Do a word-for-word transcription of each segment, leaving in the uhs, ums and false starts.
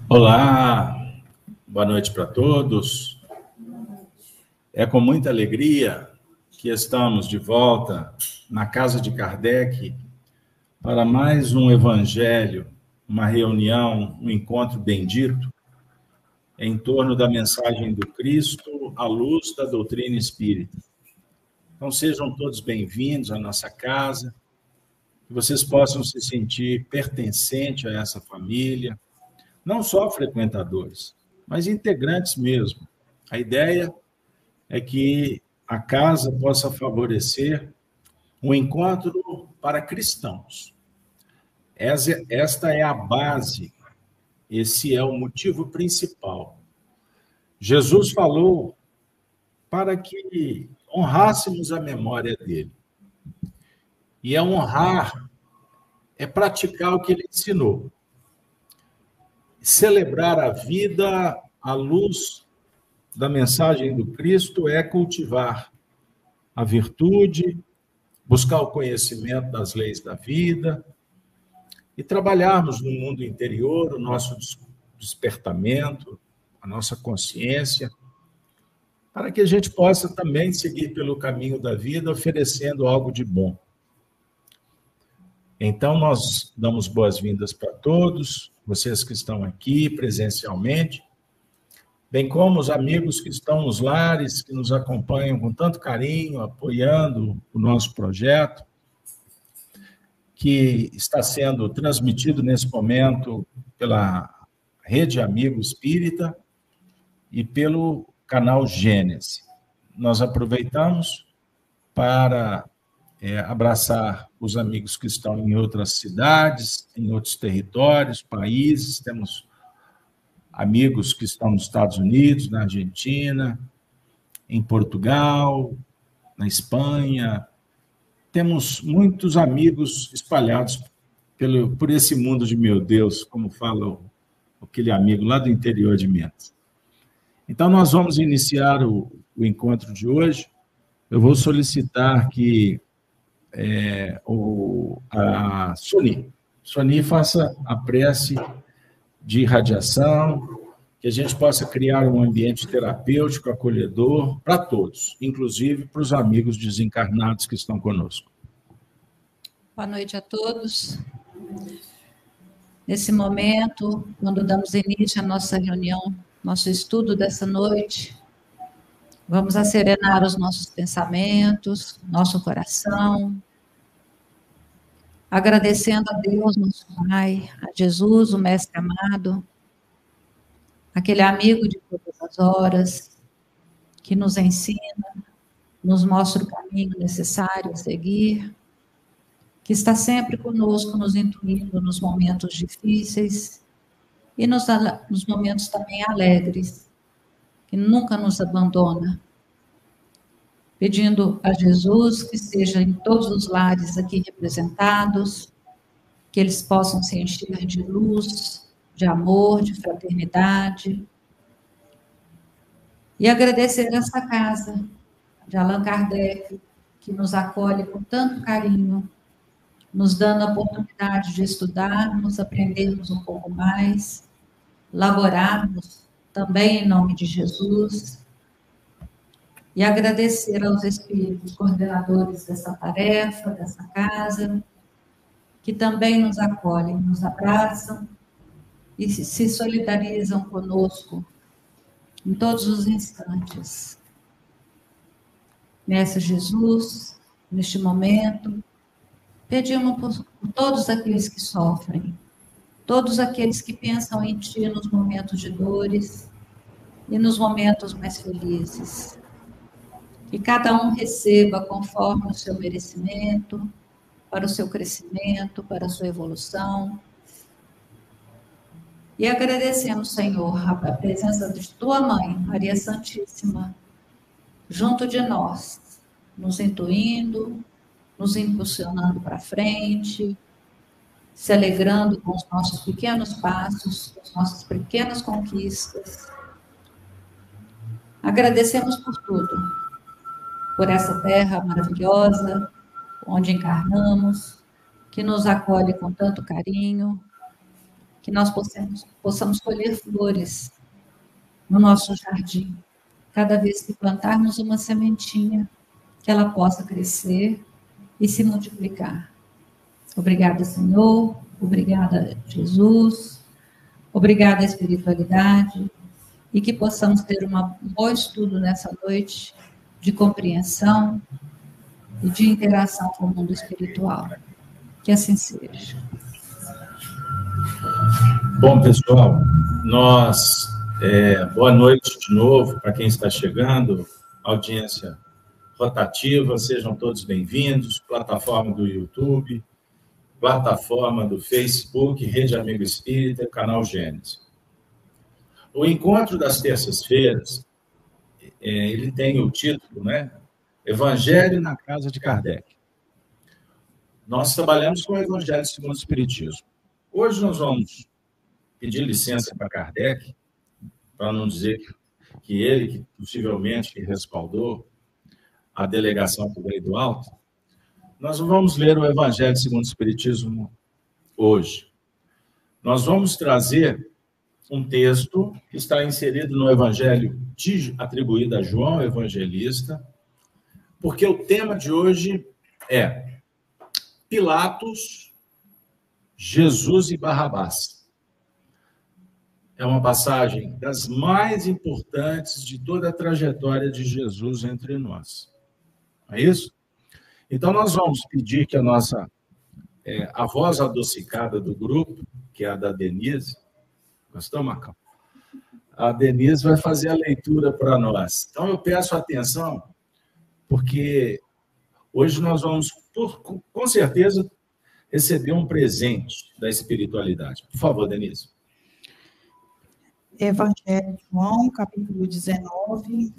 Olá, boa noite para todos. É com muita alegria que estamos de volta na casa de Kardec para mais um evangelho, uma reunião, um encontro bendito em torno da mensagem do Cristo à luz da doutrina espírita. Então sejam todos bem-vindos à nossa casa, que vocês possam se sentir pertencentes a essa família, não só frequentadores, mas integrantes mesmo. A ideia é que a casa possa favorecer um encontro para cristãos. Esta é a base, esse é o motivo principal. Jesus falou para que honrássemos a memória dele. E é honrar, é praticar o que ele ensinou. Celebrar a vida à luz da mensagem do Cristo é cultivar a virtude, buscar o conhecimento das leis da vida e trabalharmos no mundo interior o nosso despertamento, a nossa consciência, para que a gente possa também seguir pelo caminho da vida oferecendo algo de bom. Então, nós damos boas-vindas para todos, vocês que estão aqui presencialmente, bem como os amigos que estão nos lares, que nos acompanham com tanto carinho, apoiando o nosso projeto, que está sendo transmitido nesse momento pela Rede Amigo Espírita e pelo canal Gênesis. Nós aproveitamos para é, abraçar os amigos que estão em outras cidades, em outros territórios, países. Temos amigos que estão nos Estados Unidos, na Argentina, em Portugal, na Espanha. Temos muitos amigos espalhados pelo, por esse mundo de meu Deus, como fala o, aquele amigo lá do interior de Minas. Então, nós vamos iniciar o, o encontro de hoje. Eu vou solicitar que é, o, a Soni, Soni faça a prece de irradiação, que a gente possa criar um ambiente terapêutico, acolhedor para todos, inclusive para os amigos desencarnados que estão conosco. Boa noite a todos. Nesse momento, quando damos início à nossa reunião, nosso estudo dessa noite, vamos acerenar os nossos pensamentos, nosso coração, agradecendo a Deus, nosso Pai, a Jesus, o Mestre amado, aquele amigo de todas as horas, que nos ensina, nos mostra o caminho necessário a seguir, que está sempre conosco, nos intuindo nos momentos difíceis e nos, nos momentos também alegres, que nunca nos abandona, pedindo a Jesus que esteja em todos os lares aqui representados, que eles possam se encher de luz, de amor, de fraternidade, e agradecer essa casa de Allan Kardec, que nos acolhe com tanto carinho, nos dando a oportunidade de estudarmos, aprendermos um pouco mais, laborarmos também em nome de Jesus, e agradecer aos espíritos coordenadores dessa tarefa, dessa casa, que também nos acolhem, nos abraçam e se solidarizam conosco em todos os instantes. Mestre Jesus, neste momento, pedimos por todos aqueles que sofrem, todos aqueles que pensam em Ti nos momentos de dores e nos momentos mais felizes. Que cada um receba conforme o seu merecimento, para o seu crescimento, para a sua evolução. E agradecemos, Senhor, a presença de Tua Mãe, Maria Santíssima, junto de nós, nos intuindo, nos impulsionando para frente, se alegrando com os nossos pequenos passos, com as nossas pequenas conquistas. Agradecemos por tudo, por essa terra maravilhosa, onde encarnamos, que nos acolhe com tanto carinho, que nós possamos, possamos colher flores no nosso jardim, cada vez que plantarmos uma sementinha, que ela possa crescer e se multiplicar. Obrigada, Senhor. Obrigada, Jesus. Obrigada, espiritualidade. E que possamos ter uma, um bom estudo nessa noite de compreensão e de interação com o mundo espiritual. Que assim seja. Bom, pessoal, nós... É, boa noite de novo para quem está chegando, audiência rotativa, sejam todos bem-vindos, plataforma do YouTube, plataforma do Facebook, Rede Amigo Espírita, canal Gênesis. O encontro das terças-feiras, é, ele tem o título, né? Evangelho na Casa de Kardec. Nós trabalhamos com o Evangelho segundo o Espiritismo. Hoje nós vamos pedir licença para Kardec, para não dizer que ele, que possivelmente que respaldou a delegação que veio do alto, nós vamos ler o Evangelho segundo o Espiritismo hoje. Nós vamos trazer um texto que está inserido no Evangelho de, atribuído a João Evangelista, porque o tema de hoje é Pilatos, Jesus e Barrabás. É uma passagem das mais importantes de toda a trajetória de Jesus entre nós. É isso? Então, nós vamos pedir que a nossa, é, a voz adocicada do grupo, que é a da Denise, gostou, Macão? A Denise vai fazer a leitura para nós. Então, eu peço atenção, porque hoje nós vamos, por, com certeza, receber um presente da espiritualidade. Por favor, Denise. Evangelho de João, capítulo dezenove.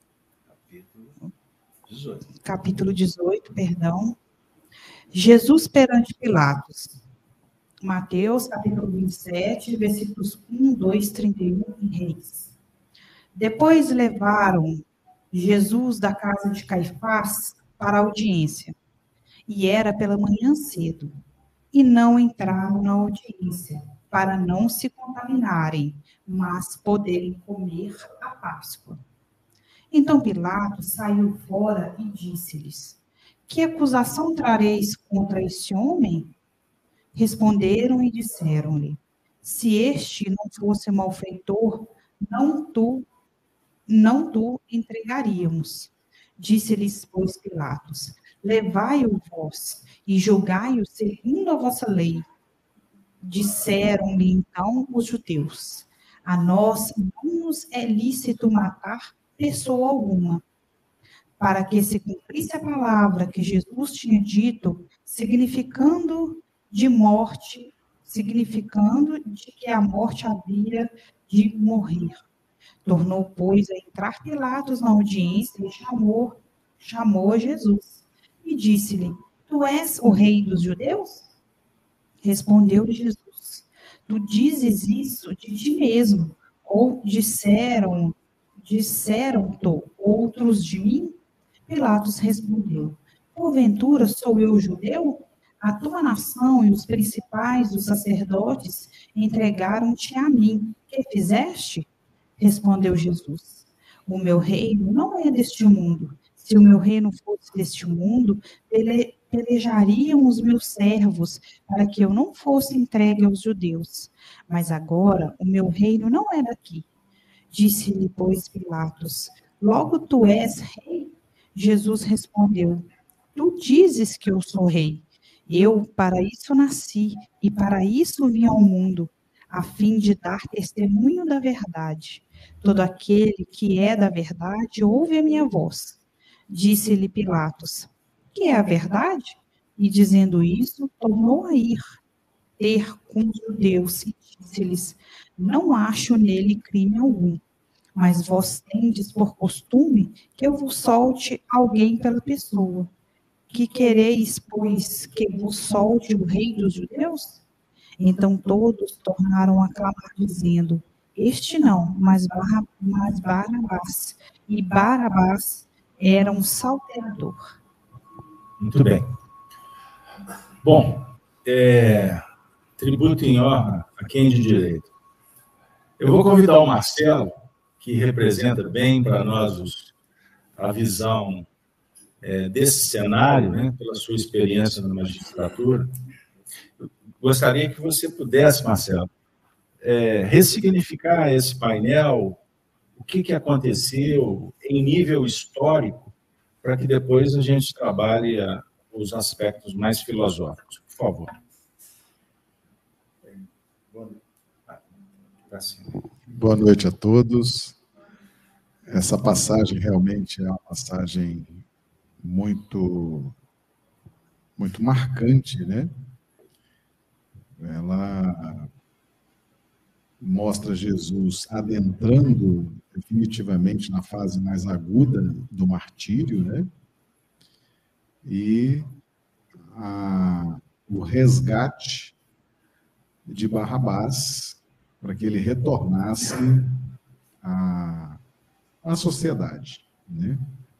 Capítulo dezoito. Capítulo dezoito, perdão. Jesus perante Pilatos. Mateus, capítulo vinte e sete, versículos um, dois, trinta e um e Reis. Depois levaram Jesus da casa de Caifás para a audiência. E era pela manhã cedo. E não entraram na audiência, para não se contaminarem, mas poderem comer a Páscoa. Então Pilatos saiu fora e disse-lhes: Que acusação trareis contra este homem? Responderam e disseram-lhe: Se este não fosse malfeitor, não tu, não tu entregaríamos. Disse-lhes, pois, Pilatos: Levai-o vós e julgai-o segundo a vossa lei. Disseram-lhe então os judeus: A nós não nos é lícito matar pessoa alguma. Para que se cumprisse a palavra que Jesus tinha dito, significando de morte, significando de que a morte havia de morrer. Tornou, pois, a entrar Pilatos na audiência e chamou, chamou Jesus. E disse-lhe: Tu és o rei dos judeus? Respondeu-lhe Jesus: Tu dizes isso de ti mesmo, ou disseram, disseram-te outros de mim? Pilatos respondeu: Porventura sou eu judeu? A tua nação e os principais dos sacerdotes entregaram-te a mim. Que fizeste? Respondeu Jesus: O meu reino não é deste mundo. Se o meu reino fosse deste mundo, pele pelejariam os meus servos para que eu não fosse entregue aos judeus. Mas agora o meu reino não é daqui. Disse-lhe, pois, Pilatos: Logo tu és rei? Jesus respondeu: Tu dizes que eu sou rei. Eu para isso nasci e para isso vim ao mundo, a fim de dar testemunho da verdade. Todo aquele que é da verdade ouve a minha voz. Disse-lhe Pilatos: Que é a verdade? E dizendo isso, tornou a ir ter com os judeus e disse-lhes: Não acho nele crime algum. Mas vós tendes por costume que eu vos solte alguém pela pessoa. Que quereis, pois, que vos solte o rei dos judeus? Então todos tornaram a clamar, dizendo: Este não, mas, Bar mas Barabás. E Barabás era um salteador. Muito bem. Bom, é, tributo em honra a quem de direito. Eu vou convidar o Marcelo, que representa bem para nós os, a visão é, desse cenário, né, pela sua experiência na magistratura. Eu gostaria que você pudesse, Marcelo, é, ressignificar esse painel, o que, que aconteceu em nível histórico, para que depois a gente trabalhe a, os aspectos mais filosóficos. Por favor. Boa noite a todos. Essa passagem realmente é uma passagem muito, muito marcante, né? Ela mostra Jesus adentrando definitivamente na fase mais aguda do martírio, né? E a, o resgate de Barrabás para que ele retornasse à, à sociedade, né?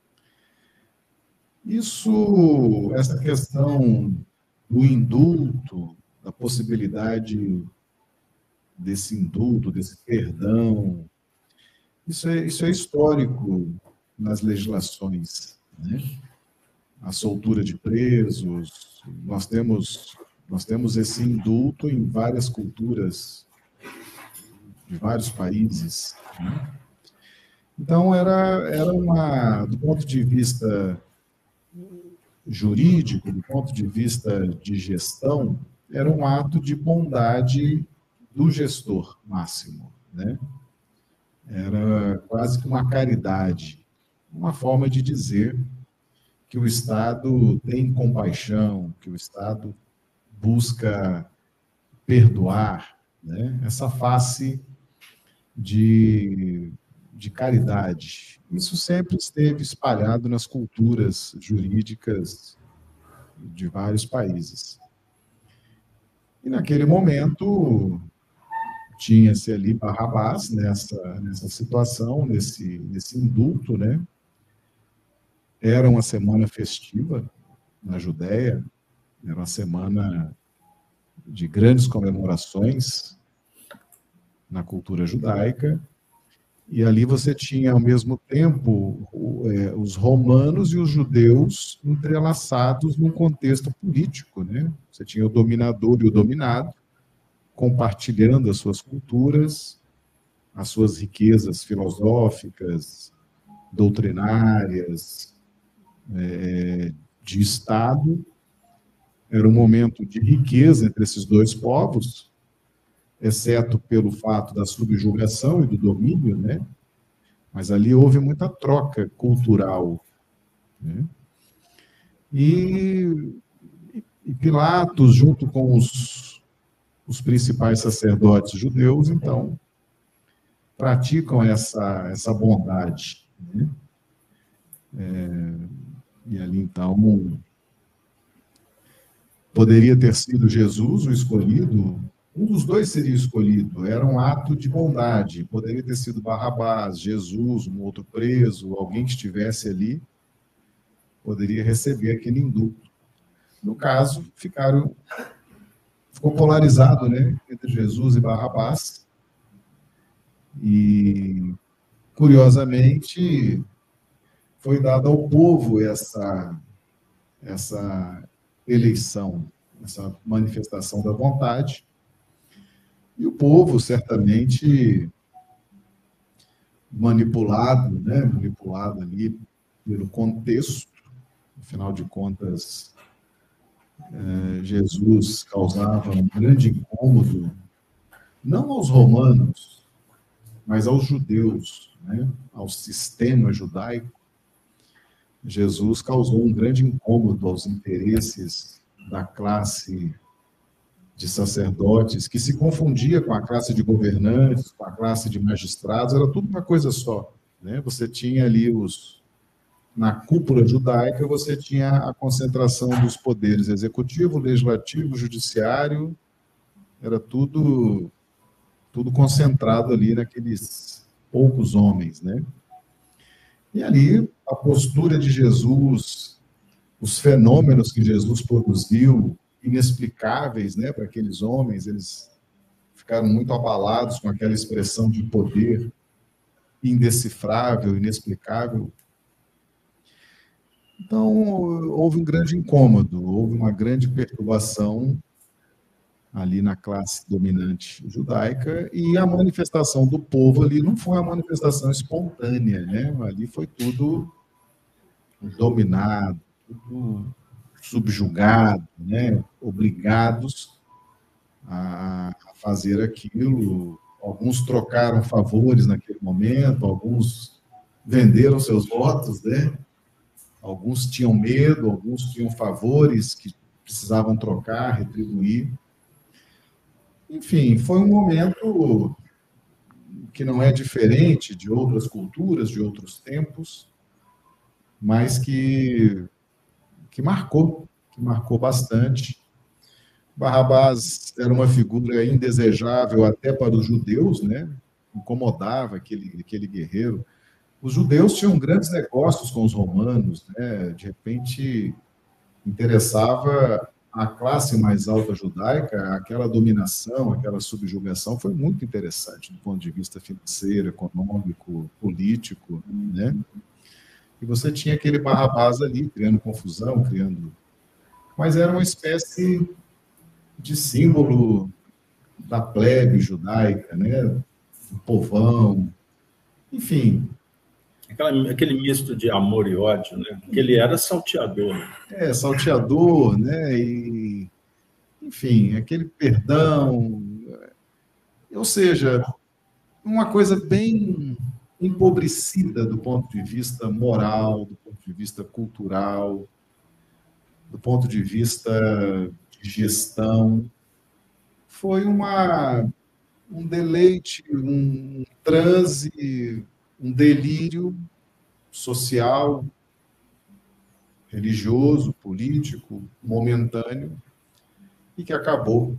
Isso, essa questão do indulto, da possibilidade desse indulto, desse perdão, isso é, isso é histórico nas legislações, né? A soltura de presos, nós temos, nós temos esse indulto em várias culturas, de vários países, né? Então, era, era uma, do ponto de vista jurídico, do ponto de vista de gestão, era um ato de bondade do gestor máximo, né? Era quase que uma caridade, uma forma de dizer que o Estado tem compaixão, que o Estado busca perdoar, né? Essa face de, de caridade. Isso sempre esteve espalhado nas culturas jurídicas de vários países. E naquele momento tinha-se ali Barrabás nessa, nessa situação, nesse, nesse indulto, né? Era uma semana festiva na Judéia, era uma semana de grandes comemorações na cultura judaica, e ali você tinha, ao mesmo tempo, os romanos e os judeus entrelaçados num contexto político, né? Você tinha o dominador e o dominado, compartilhando as suas culturas, as suas riquezas filosóficas, doutrinárias, é, de Estado. Era um momento de riqueza entre esses dois povos, exceto pelo fato da subjugação e do domínio, né? Mas ali houve muita troca cultural, né? E, e Pilatos, junto com os, os principais sacerdotes judeus, então, praticam essa, essa bondade, né? É, e ali, então, poderia ter sido Jesus o escolhido. Um dos dois seria escolhido, era um ato de bondade, poderia ter sido Barrabás, Jesus, um outro preso, alguém que estivesse ali, poderia receber aquele indulto. No caso, ficaram, ficou polarizado, né, entre Jesus e Barrabás, e, curiosamente, foi dada ao povo essa, essa eleição, essa manifestação da vontade. E o povo, certamente, manipulado, né? manipulado ali pelo contexto, afinal de contas, eh, Jesus causava um grande incômodo, não aos romanos, mas aos judeus, né? Ao sistema judaico. Jesus causou um grande incômodo aos interesses da classe de sacerdotes, que se confundia com a classe de governantes, com a classe de magistrados, era tudo uma coisa só, né? Você tinha ali os... Na cúpula judaica, você tinha a concentração dos poderes executivo, legislativo, judiciário, era tudo, tudo concentrado ali naqueles poucos homens, né? E ali, a postura de Jesus, os fenômenos que Jesus produziu, inexplicáveis, né, para aqueles homens. Eles ficaram muito abalados com aquela expressão de poder indecifrável, inexplicável. Então, houve um grande incômodo, houve uma grande perturbação ali na classe dominante judaica, e a manifestação do povo ali não foi uma manifestação espontânea, né? Ali foi tudo dominado, tudo subjugado, né? Obrigados a fazer aquilo. Alguns trocaram favores naquele momento, alguns venderam seus votos, né? Alguns tinham medo, alguns tinham favores que precisavam trocar, retribuir. Enfim, foi um momento que não é diferente de outras culturas, de outros tempos, mas que, que marcou, que marcou bastante. Barrabás era uma figura indesejável até para os judeus, né? Incomodava aquele, aquele guerreiro. Os judeus tinham grandes negócios com os romanos, né? De repente, interessava a classe mais alta judaica, aquela dominação, aquela subjugação foi muito interessante do ponto de vista financeiro, econômico, político, né? E você tinha aquele Barrabás ali, criando confusão, criando... Mas era uma espécie de símbolo da plebe judaica, né? O povão, enfim... Aquela, aquele misto de amor e ódio, né? Porque ele era salteador. É, salteador, né? E, enfim, aquele perdão. Ou seja, uma coisa bem empobrecida do ponto de vista moral, do ponto de vista cultural, do ponto de vista de gestão. Foi uma, um deleite, um transe, um delírio social, religioso, político, momentâneo, e que acabou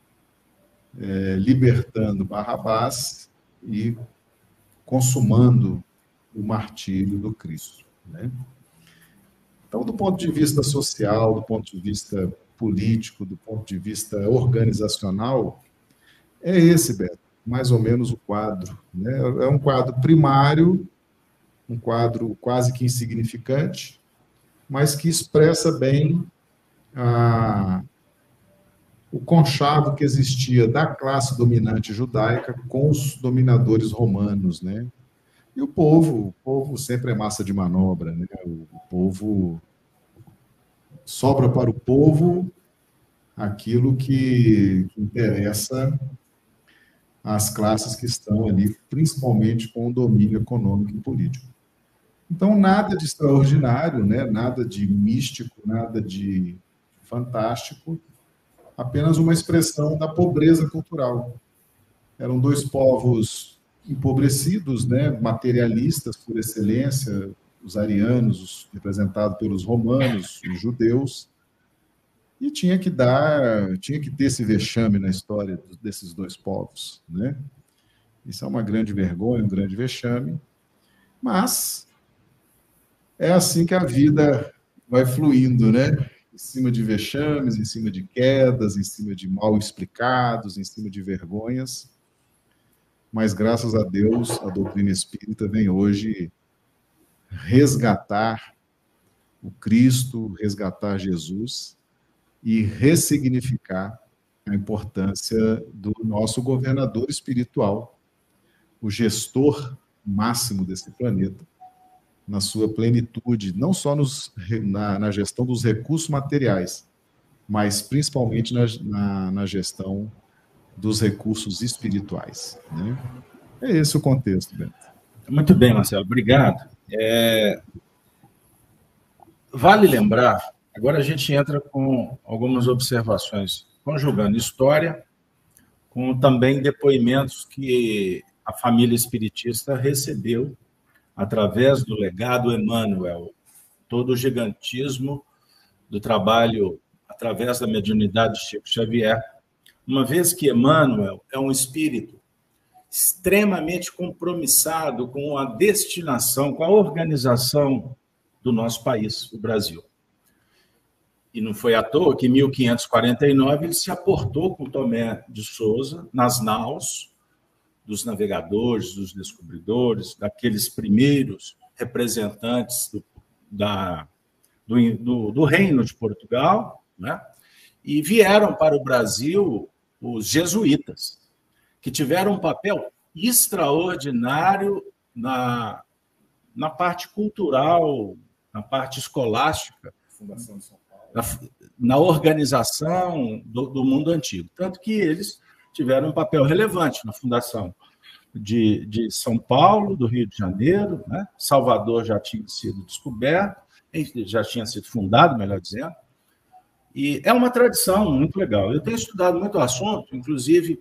é, libertando Barrabás e consumando o martírio do Cristo, né? Então, do ponto de vista social, do ponto de vista político, do ponto de vista organizacional, é esse, Beto, mais ou menos o quadro, né? É um quadro primário, um quadro quase que insignificante, mas que expressa bem a, o conchavo que existia da classe dominante judaica com os dominadores romanos, né? E o povo, o povo sempre é massa de manobra, né? O, o povo sobra para o povo aquilo que, que interessa às classes que estão ali, principalmente com o domínio econômico e político. Então, nada de extraordinário, né? Nada de místico, nada de fantástico, apenas uma expressão da pobreza cultural. Eram dois povos empobrecidos, né? Materialistas por excelência, os arianos, representados pelos romanos, os judeus, e tinha que dar, tinha que ter esse vexame na história desses dois povos, né? Isso é uma grande vergonha, um grande vexame, mas é assim que a vida vai fluindo, né? Em cima de vexames, em cima de quedas, em cima de mal explicados, em cima de vergonhas. Mas, graças a Deus, a doutrina espírita vem hoje resgatar o Cristo, resgatar Jesus e ressignificar a importância do nosso governador espiritual, o gestor máximo desse planeta, na sua plenitude, não só nos, na, na gestão dos recursos materiais, mas principalmente na, na, na gestão dos recursos espirituais, né? É esse o contexto, Beto. Muito bem, Marcelo, obrigado. É... Vale lembrar, agora a gente entra com algumas observações, conjugando história com também depoimentos que a família espiritista recebeu através do legado Emmanuel, todo o gigantismo do trabalho através da mediunidade de Chico Xavier, uma vez que Emmanuel é um espírito extremamente compromissado com a destinação, com a organização do nosso país, o Brasil. E não foi à toa que, em mil quinhentos e quarenta e nove, ele se aportou com Tomé de Souza nas naus dos navegadores, dos descobridores, daqueles primeiros representantes do, da, do, do, do Reino de Portugal, né? E vieram para o Brasil os jesuítas, que tiveram um papel extraordinário na, na parte cultural, na parte escolástica, Fundação de São Paulo. Na, na organização do, do mundo antigo. Tanto que eles tiveram um papel relevante na fundação de, de São Paulo, do Rio de Janeiro, né? Salvador já tinha sido descoberto, já tinha sido fundado, melhor dizendo, e é uma tradição muito legal. Eu tenho estudado muito o assunto, inclusive,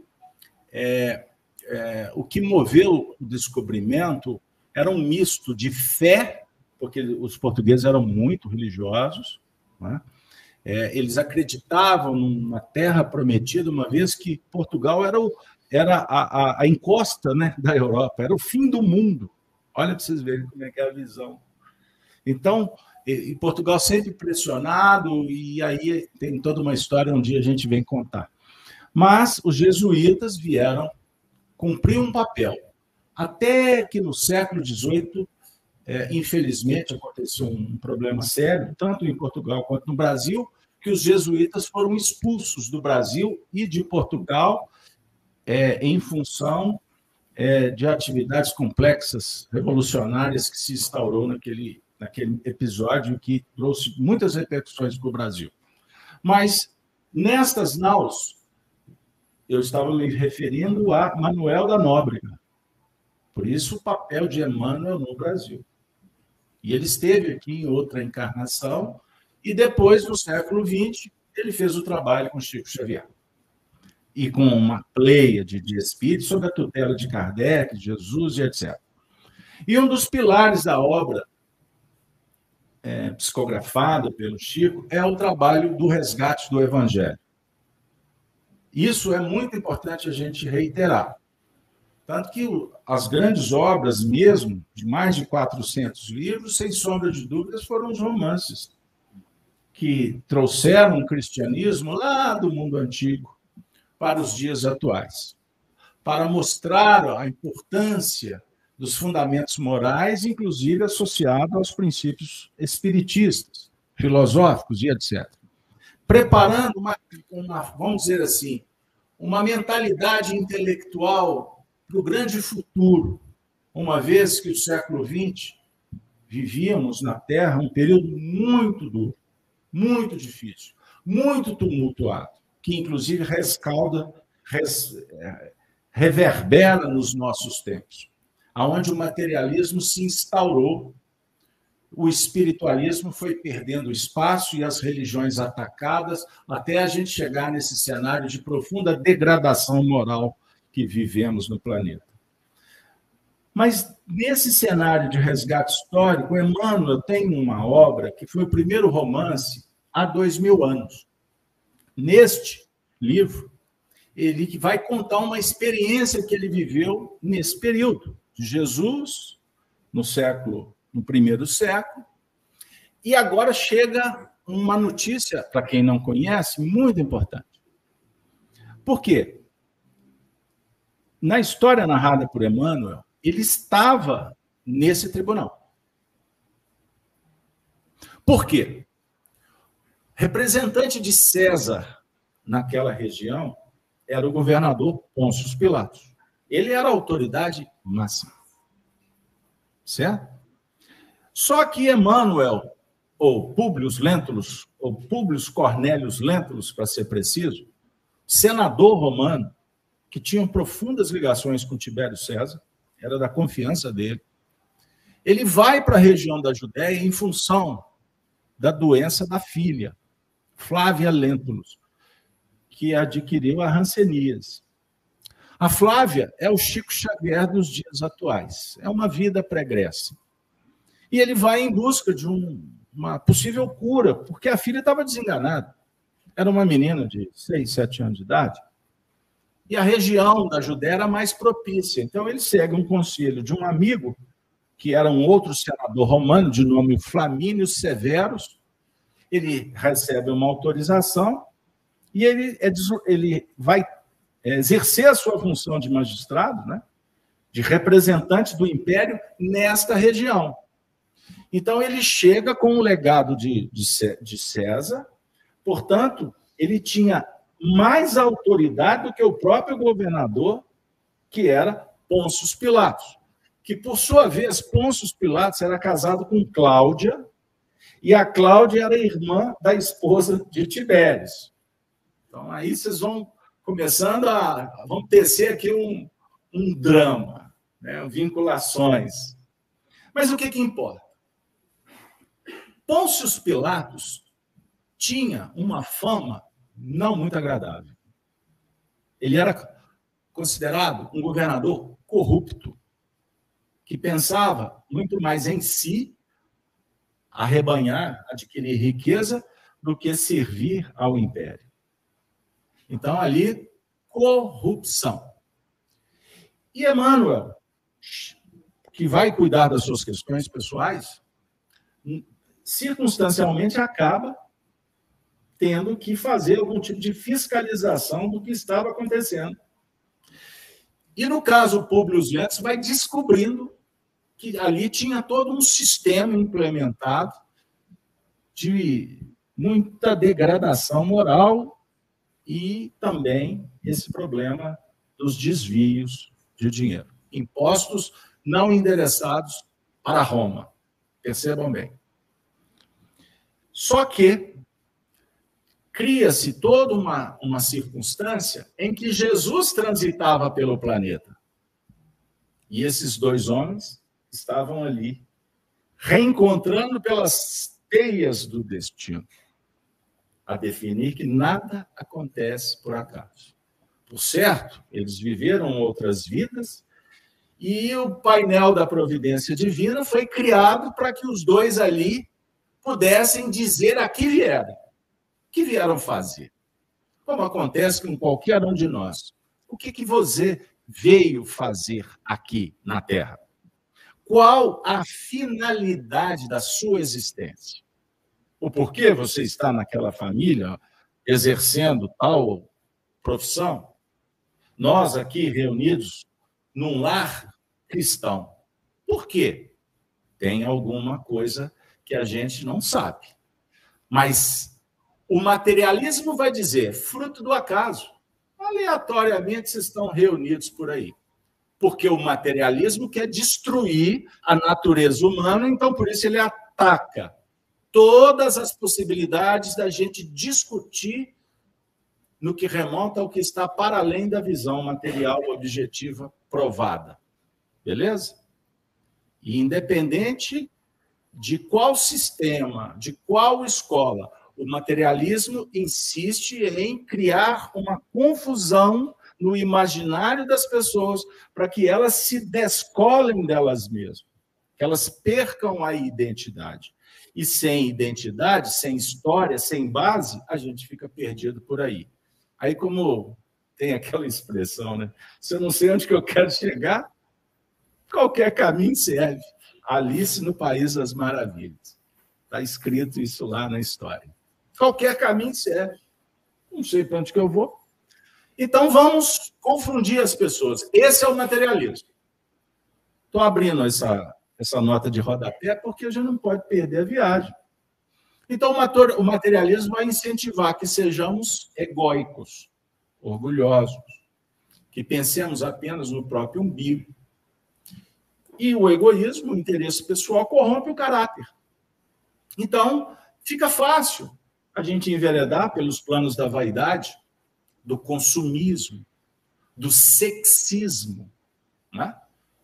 é, é, o que moveu o descobrimento era um misto de fé, porque os portugueses eram muito religiosos, né? É, eles acreditavam numa terra prometida, uma vez que Portugal era, o, era a, a, a encosta, né, da Europa, era o fim do mundo. Olha para vocês verem como é que é a visão. Então, e Portugal sempre pressionado, e aí tem toda uma história, um dia a gente vem contar. Mas os jesuítas vieram cumprir um papel. Até que no século dezoito, é, infelizmente, aconteceu um problema sério, tanto em Portugal quanto no Brasil, que os jesuítas foram expulsos do Brasil e de Portugal é, em função é, de atividades complexas, revolucionárias que se instaurou naquele naquele episódio que trouxe muitas repercussões para o Brasil. Mas, nestas naus, eu estava me referindo a Manuel da Nóbrega. Por isso, o papel de Emmanuel no Brasil. E ele esteve aqui em outra encarnação, e depois, no século vinte, ele fez o trabalho com Chico Xavier. E com uma pleiade de espíritos sob a tutela de Kardec, de Jesus e etcétera. E um dos pilares da obra É, psicografado pelo Chico, é o trabalho do resgate do Evangelho. Isso é muito importante a gente reiterar. Tanto que as grandes obras mesmo, de mais de quatrocentos livros, sem sombra de dúvidas, foram os romances, que trouxeram o cristianismo lá do mundo antigo para os dias atuais, para mostrar a importância dos fundamentos morais, inclusive associado aos princípios espiritistas, filosóficos e etcétera. Preparando uma, uma, vamos dizer assim, uma mentalidade intelectual para o grande futuro, uma vez que o século vinte vivíamos na Terra um período muito duro, muito difícil, muito tumultuado, que inclusive rescalda, res, reverbera nos nossos tempos, aonde o materialismo se instaurou, o espiritualismo foi perdendo espaço e as religiões atacadas, até a gente chegar nesse cenário de profunda degradação moral que vivemos no planeta. Mas, nesse cenário de resgate histórico, Emmanuel tem uma obra que foi o primeiro romance há dois mil anos. Neste livro, ele vai contar uma experiência que ele viveu nesse período, de Jesus, no século, no primeiro século, e agora chega uma notícia, para quem não conhece, muito importante. Por quê? Na história narrada por Emmanuel, ele estava nesse tribunal. Por quê? Representante de César naquela região era o governador Pôncio Pilatos. Ele era a autoridade máxima. Certo? Só que Emmanuel, ou Públio Lentulus, ou Públio Cornélios Lentulus, para ser preciso, senador romano, que tinha profundas ligações com Tibério César, era da confiança dele, ele vai para a região da Judéia em função da doença da filha, Flávia Lentulus, que adquiriu a hanseníase. A Flávia é o Chico Xavier dos dias atuais. É uma vida pregressa. E ele vai em busca de um, uma possível cura, porque a filha estava desenganada. Era uma menina de seis, sete anos de idade. E a região da Judéia era mais propícia. Então, ele segue um conselho de um amigo, que era um outro senador romano, de nome Flamínio Severus. ele recebe uma autorização e ele, é, ele vai exercer a sua função de magistrado, né? De representante do império nesta região. Então, ele chega com o legado de, de, de César, portanto, ele tinha mais autoridade do que o próprio governador, que era Pôncio Pilatos, que, por sua vez, Pôncio Pilatos era casado com Cláudia, e a Cláudia era irmã da esposa de Tibério. Então, aí vocês vão começando a... vão tecer aqui um, um drama, né? Vinculações. Mas o que, que importa? Pôncio Pilatos tinha uma fama não muito agradável. Ele era considerado um governador corrupto, que pensava muito mais em si, arrebanhar, adquirir riqueza, do que servir ao império. Então, ali, corrupção. E Emmanuel, que vai cuidar das suas questões pessoais, circunstancialmente acaba tendo que fazer algum tipo de fiscalização do que estava acontecendo. E, no caso, Públio Lentz vai descobrindo que ali tinha todo um sistema implementado de muita degradação moral e também esse problema dos desvios de dinheiro. Impostos não endereçados para Roma. Percebam bem. Só que cria-se toda uma, uma circunstância em que Jesus transitava pelo planeta. E esses dois homens estavam ali, reencontrando pelas teias do destino, a definir que nada acontece por acaso. Por certo, eles viveram outras vidas e o painel da providência divina foi criado para que os dois ali pudessem dizer a que vieram. O que vieram fazer? Como acontece com qualquer um de nós. O que, que você veio fazer aqui na Terra? Qual a finalidade da sua existência? O porquê você está naquela família exercendo tal profissão? Nós aqui reunidos num lar cristão. Por quê? Tem alguma coisa que a gente não sabe. Mas o materialismo vai dizer, fruto do acaso. Aleatoriamente vocês estão reunidos por aí. Porque o materialismo quer destruir a natureza humana, então por isso ele ataca todas as possibilidades da gente discutir no que remonta ao que está para além da visão material objetiva provada. Beleza? E independente de qual sistema, de qual escola, o materialismo insiste em criar uma confusão no imaginário das pessoas para que elas se descolem delas mesmas, que elas percam a identidade. E sem identidade, sem história, sem base, a gente fica perdido por aí. Aí, como tem aquela expressão, né? Se eu não sei onde que eu quero chegar, qualquer caminho serve. Alice no País das Maravilhas. Está escrito isso lá na história. Qualquer caminho serve. Não sei para onde que eu vou. Então, vamos confundir as pessoas. Esse é o materialismo. Estou abrindo essa, essa nota de rodapé porque a gente não pode perder a viagem. Então, o materialismo vai incentivar que sejamos egóicos, orgulhosos, que pensemos apenas no próprio umbigo. E o egoísmo, o interesse pessoal, corrompe o caráter. Então, fica fácil a gente enveredar pelos planos da vaidade, do consumismo, do sexismo, né?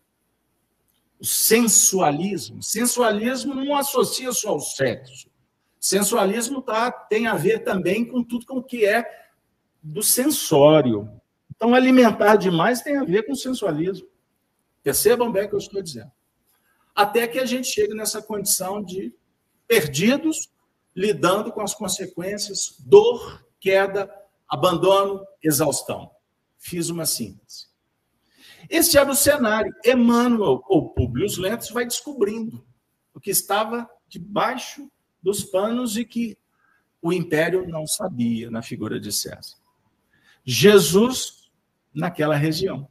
O sensualismo. Sensualismo não associa só ao sexo. Sensualismo tá, tem a ver também com tudo com o que é do sensório. Então, alimentar demais tem a ver com sensualismo. Percebam bem o que eu estou dizendo. Até que a gente chegue nessa condição de perdidos, lidando com as consequências, dor, queda, abandono, exaustão. Fiz uma síntese. Esse era o cenário. Emmanuel, ou Públio Lentz, vai descobrindo o que estava debaixo dos panos e que o império não sabia na figura de César. Jesus, naquela região.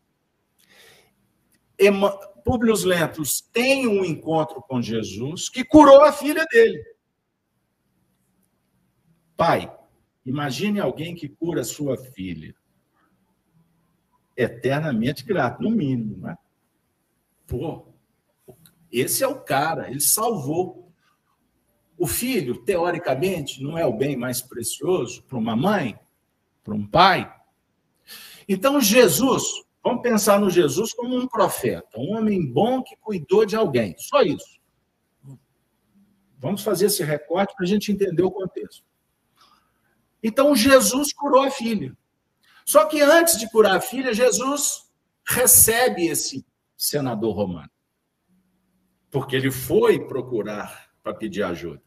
Públio Lentulus tem um encontro com Jesus que curou a filha dele. Pai, imagine alguém que cura a sua filha. Eternamente grato, no mínimo, né? Pô, esse é o cara, ele salvou. O filho, teoricamente, não é o bem mais precioso para uma mãe, para um pai. Então, Jesus, vamos pensar no Jesus como um profeta, um homem bom que cuidou de alguém, só isso. Vamos fazer esse recorte para a gente entender o contexto. Então, Jesus curou a filha. Só que antes de curar a filha, Jesus recebe esse senador romano. Porque ele foi procurar para pedir ajuda.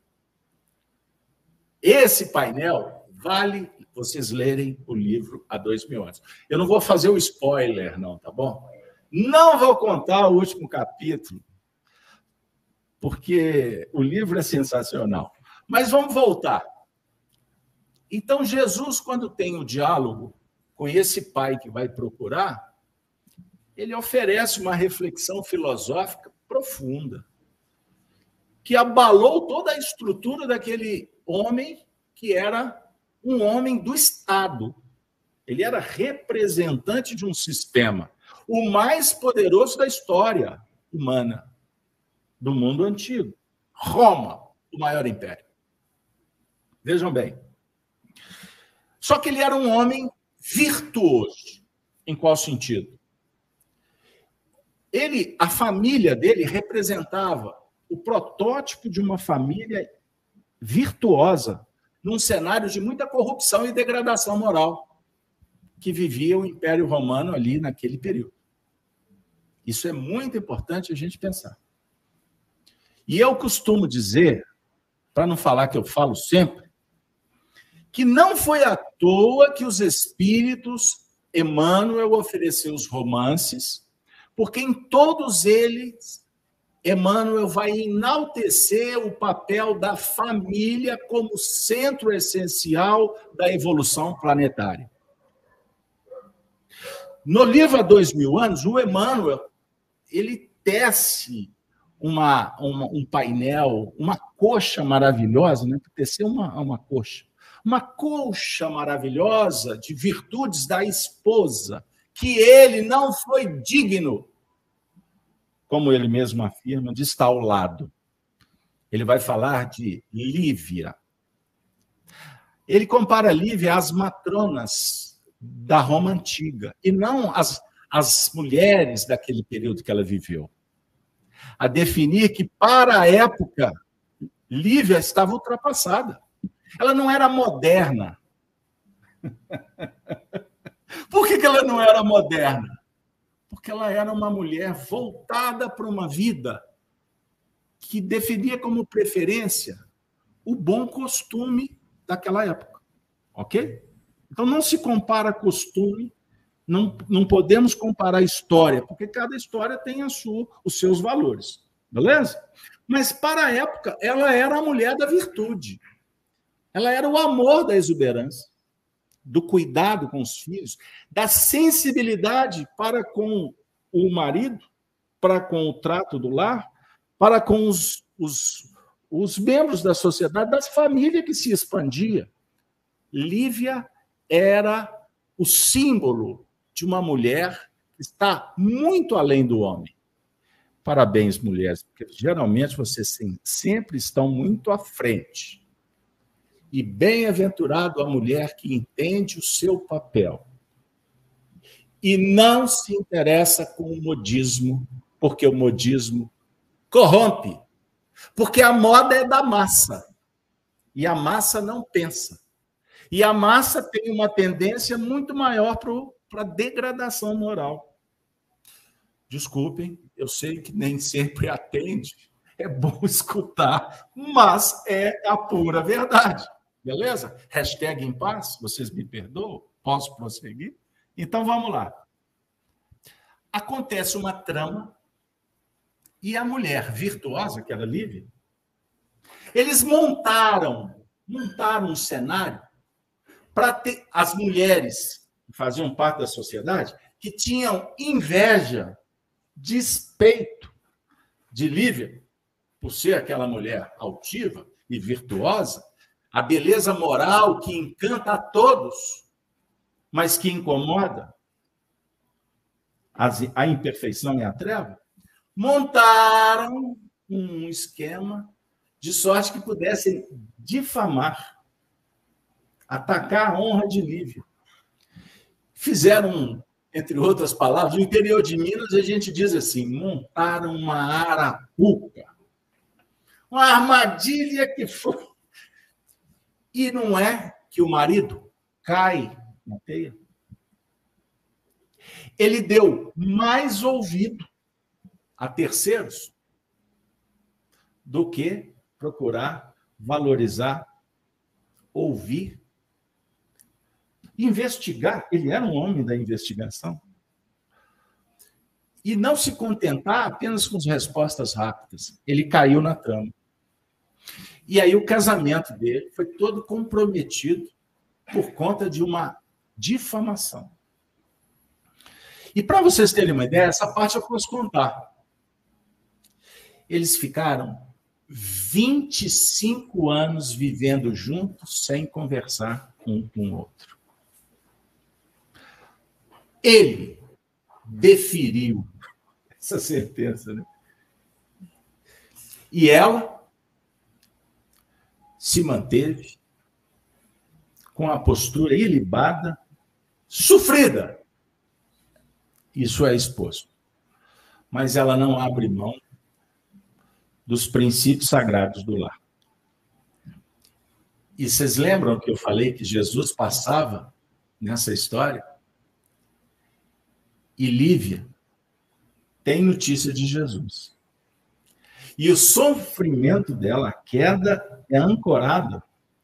Esse painel vale vocês lerem o livro há dois mil anos. Eu não vou fazer o spoiler, não, tá bom? Não vou contar o último capítulo, porque o livro é sensacional. Mas vamos voltar. Então, Jesus, quando tem o diálogo com esse pai que vai procurar, ele oferece uma reflexão filosófica profunda, que abalou toda a estrutura daquele homem que era um homem do Estado. Ele era representante de um sistema, o mais poderoso da história humana, do mundo antigo. Roma, o maior império. Vejam bem. Só que ele era um homem virtuoso. Em qual sentido? Ele, a família dele representava o protótipo de uma família virtuosa, num cenário de muita corrupção e degradação moral que vivia o Império Romano ali naquele período. Isso é muito importante a gente pensar. E eu costumo dizer, para não falar que eu falo sempre, que não foi à toa que os espíritos, Emmanuel ofereceu os romances, porque em todos eles Emmanuel vai enaltecer o papel da família como centro essencial da evolução planetária. No livro Há Dois Mil Anos, o Emmanuel ele tece uma, uma, um painel, uma coxa maravilhosa, né? Tecer uma, uma coxa. Uma coxa maravilhosa de virtudes da esposa, que ele não foi digno, como ele mesmo afirma, de estar ao lado. Ele vai falar de Lívia. Ele compara Lívia às matronas da Roma antiga, e não às, às mulheres daquele período que ela viveu. A definir que, para a época, Lívia estava ultrapassada. Ela não era moderna. Por que que ela não era moderna? Porque ela era uma mulher voltada para uma vida que definia como preferência o bom costume daquela época. Ok? Então, não se compara costume, não, não podemos comparar história, porque cada história tem a sua, os seus valores. Beleza? Mas, para a época, ela era a mulher da virtude. Ela era o amor da exuberância, do cuidado com os filhos, da sensibilidade para com o marido, para com o trato do lar, para com os, os, os membros da sociedade, da família que se expandia. Lívia era o símbolo de uma mulher que está muito além do homem. Parabéns, mulheres, porque geralmente vocês sempre estão muito à frente. E bem-aventurado a mulher que entende o seu papel e não se interessa com o modismo, porque o modismo corrompe, porque a moda é da massa, e a massa não pensa. E a massa tem uma tendência muito maior para a degradação moral. Desculpem, eu sei que nem sempre atende, é bom escutar, mas é a pura verdade. Beleza? Hashtag em paz, vocês me perdoam? Posso prosseguir? Então, vamos lá. Acontece uma trama e a mulher virtuosa, que era Lívia, eles montaram montaram um cenário para ter as mulheres que faziam parte da sociedade, que tinham inveja, despeito de Lívia, por ser aquela mulher altiva e virtuosa, a beleza moral que encanta a todos, mas que incomoda a imperfeição e a treva, montaram um esquema de sorte que pudessem difamar, atacar a honra de Lívia. Fizeram, entre outras palavras, no interior de Minas, a gente diz assim, montaram uma arapuca, uma armadilha que foi. E não é que o marido cai na teia. Ele deu mais ouvido a terceiros do que procurar valorizar, ouvir, investigar. Ele era um homem da investigação. E não se contentar apenas com as respostas rápidas. Ele caiu na trama. E aí o casamento dele foi todo comprometido por conta de uma difamação. E para vocês terem uma ideia, essa parte eu posso contar. Eles ficaram vinte e cinco anos vivendo juntos sem conversar um com o outro. Ele deferiu essa sentença, né? E ela se manteve com a postura ilibada, sofrida. Isso é exposto. Mas ela não abre mão dos princípios sagrados do lar. E vocês lembram que eu falei que Jesus passava nessa história? E Lívia tem notícia de Jesus. E o sofrimento dela, a queda, é ancorada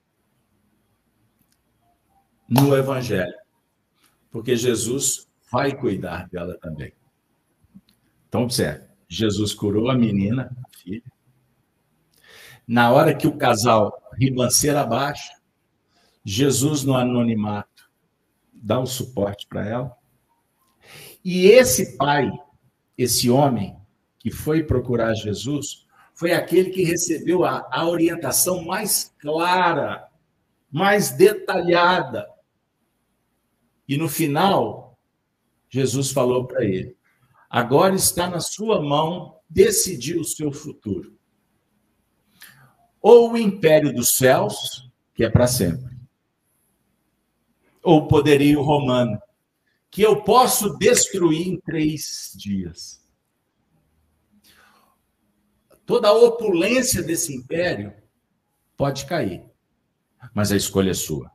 no Evangelho. Porque Jesus vai cuidar dela também. Então, observe. Jesus curou a menina, a filha. Na hora que o casal ribanceira abaixo, Jesus, no anonimato, dá o suporte para ela. E esse pai, esse homem que foi procurar Jesus, foi aquele que recebeu a, a orientação mais clara, mais detalhada. E no final, Jesus falou para ele: agora está na sua mão decidir o seu futuro. Ou o império dos céus, que é para sempre, ou o poderio romano, que eu posso destruir em três dias. Toda a opulência desse império pode cair, mas a escolha é sua.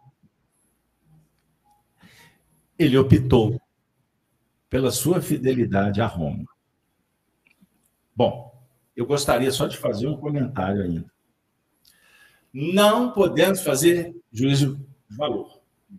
Ele optou pela sua fidelidade a Roma. Bom, eu gostaria só de fazer um comentário ainda. Não podemos fazer juízo de valor.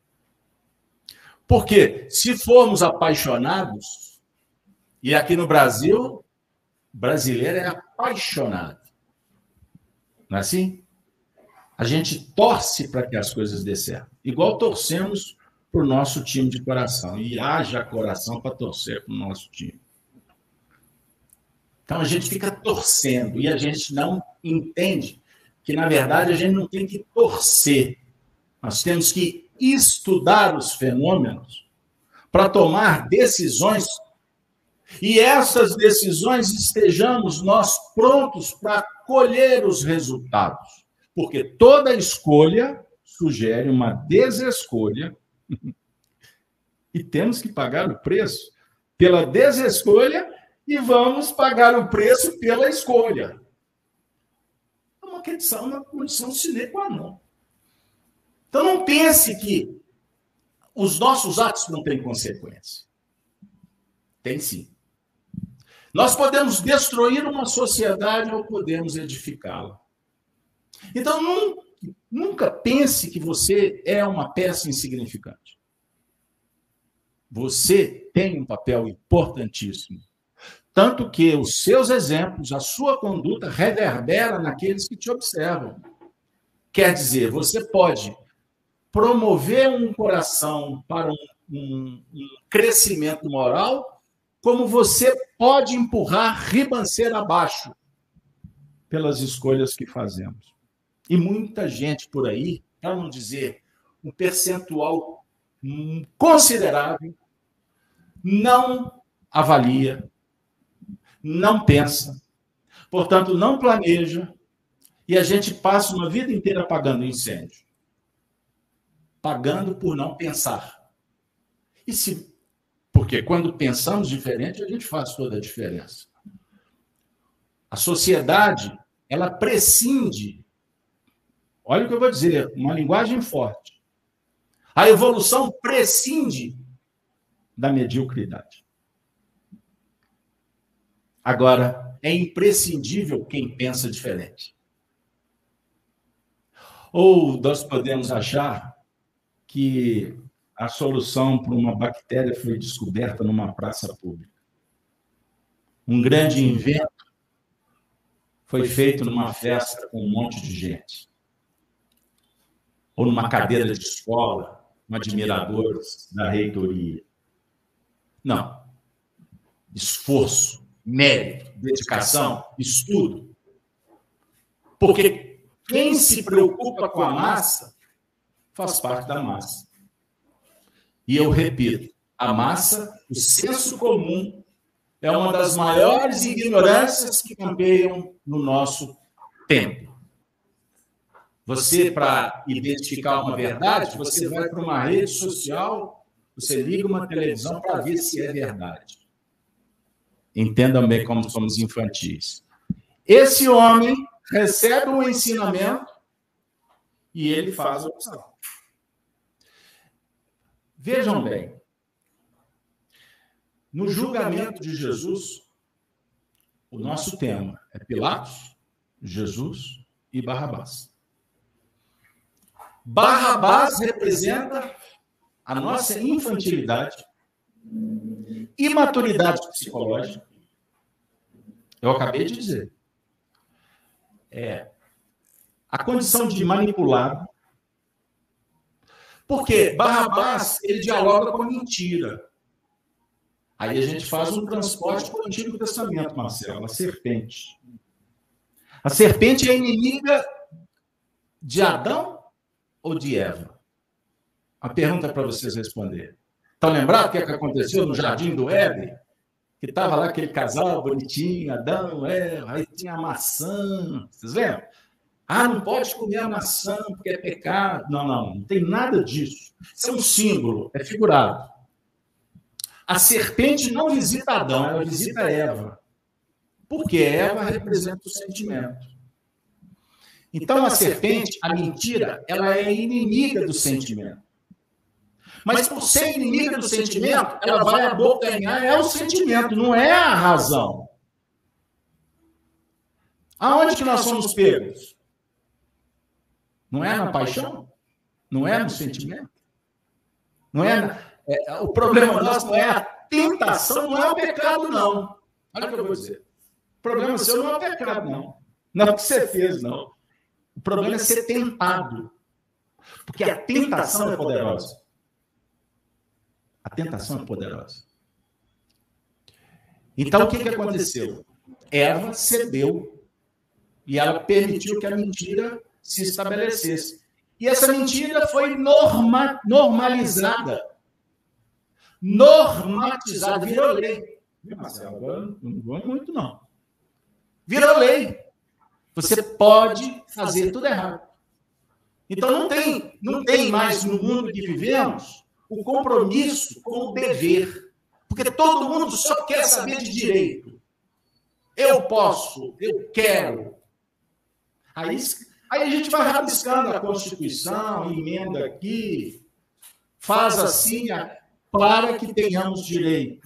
Porque se formos apaixonados, e aqui no Brasil, brasileiro é apaixonado. Não é assim? A gente torce para que as coisas dê certo. Igual torcemos para o nosso time de coração. E haja coração para torcer para o nosso time. Então, a gente fica torcendo e a gente não entende que, na verdade, a gente não tem que torcer. Nós temos que estudar os fenômenos para tomar decisões e essas decisões estejamos nós prontos para colher os resultados. Porque toda escolha sugere uma desescolha e temos que pagar o preço pela desescolha e vamos pagar o preço pela escolha. É uma condição, uma condição sine qua non. Então não pense que os nossos atos não têm consequência. Tem sim. Nós podemos destruir uma sociedade ou podemos edificá-la. Então, nunca pense que você é uma peça insignificante. Você tem um papel importantíssimo. Tanto que os seus exemplos, a sua conduta reverbera naqueles que te observam. Quer dizer, você pode promover um coração para um, um, um crescimento moral, como você pode empurrar ribanceira abaixo pelas escolhas que fazemos. E muita gente por aí, para não dizer um percentual considerável, não avalia, não pensa, portanto, não planeja, e a gente passa uma vida inteira apagando incêndio. Pagando por não pensar. E se, porque quando pensamos diferente, a gente faz toda a diferença. A sociedade, ela prescinde, olha o que eu vou dizer, uma linguagem forte. A evolução prescinde da mediocridade. Agora, é imprescindível quem pensa diferente. Ou nós podemos achar que a solução para uma bactéria foi descoberta numa praça pública. Um grande invento foi feito numa festa com um monte de gente. Ou numa cadeira de escola, com admiradores da reitoria. Não. Esforço, mérito, dedicação, estudo. Porque quem se preocupa com a massa faz parte da massa. E eu repito, a massa, o senso comum, é uma das maiores ignorâncias que campeiam no nosso tempo. Você, para identificar uma verdade, você vai para uma rede social, você liga uma televisão para ver se é verdade. Entendam bem como somos infantis. Esse homem recebe um ensinamento e ele faz a opção. Vejam bem, no julgamento de Jesus, o nosso tema é Pilatos, Jesus e Barrabás. Barrabás representa a nossa infantilidade, imaturidade psicológica. Eu acabei de dizer. É a condição de manipulado. Porque Barrabás, ele dialoga com a mentira. Aí a gente faz um transporte para o Antigo Testamento, Marcelo, a serpente. A serpente é inimiga de Adão ou de Eva? A pergunta é para vocês responderem. Estão lembrados o que, é que aconteceu no Jardim do Éden? Que estava lá aquele casal bonitinho, Adão, Eva, aí tinha a maçã. Vocês lembram? Ah, não pode comer a maçã porque é pecado. Não, não, não tem nada disso. Isso é um símbolo, é figurado. A serpente não visita Adão, ela visita Eva. Porque Eva representa o sentimento. Então, a serpente, a mentira, ela é inimiga do sentimento. Mas por ser inimiga do sentimento, ela vai abocanhar é o sentimento, não é a razão. Aonde que nós somos pegos? Não é na paixão? Não é no sentimento? Não é, na, é o problema nosso não é a tentação, não é o pecado, não. Olha o que eu vou dizer. O problema seu não é o pecado, não. Não é o que você fez, não. O problema é ser tentado. Porque a tentação é poderosa. A tentação é poderosa. Então, o que, que aconteceu? Eva cedeu e ela permitiu que a mentira se estabelecesse. E essa mentira foi norma, normalizada. Normatizada. Virou lei. Marcelo, agora não vou muito, não. Virou lei. Você pode fazer tudo errado. Então, não tem, não tem mais no mundo que vivemos o compromisso com o dever. Porque todo mundo só quer saber de direito. Eu posso, eu quero. Aí, aí a gente vai rabiscando a Constituição, emenda aqui, faz assim para que tenhamos direito.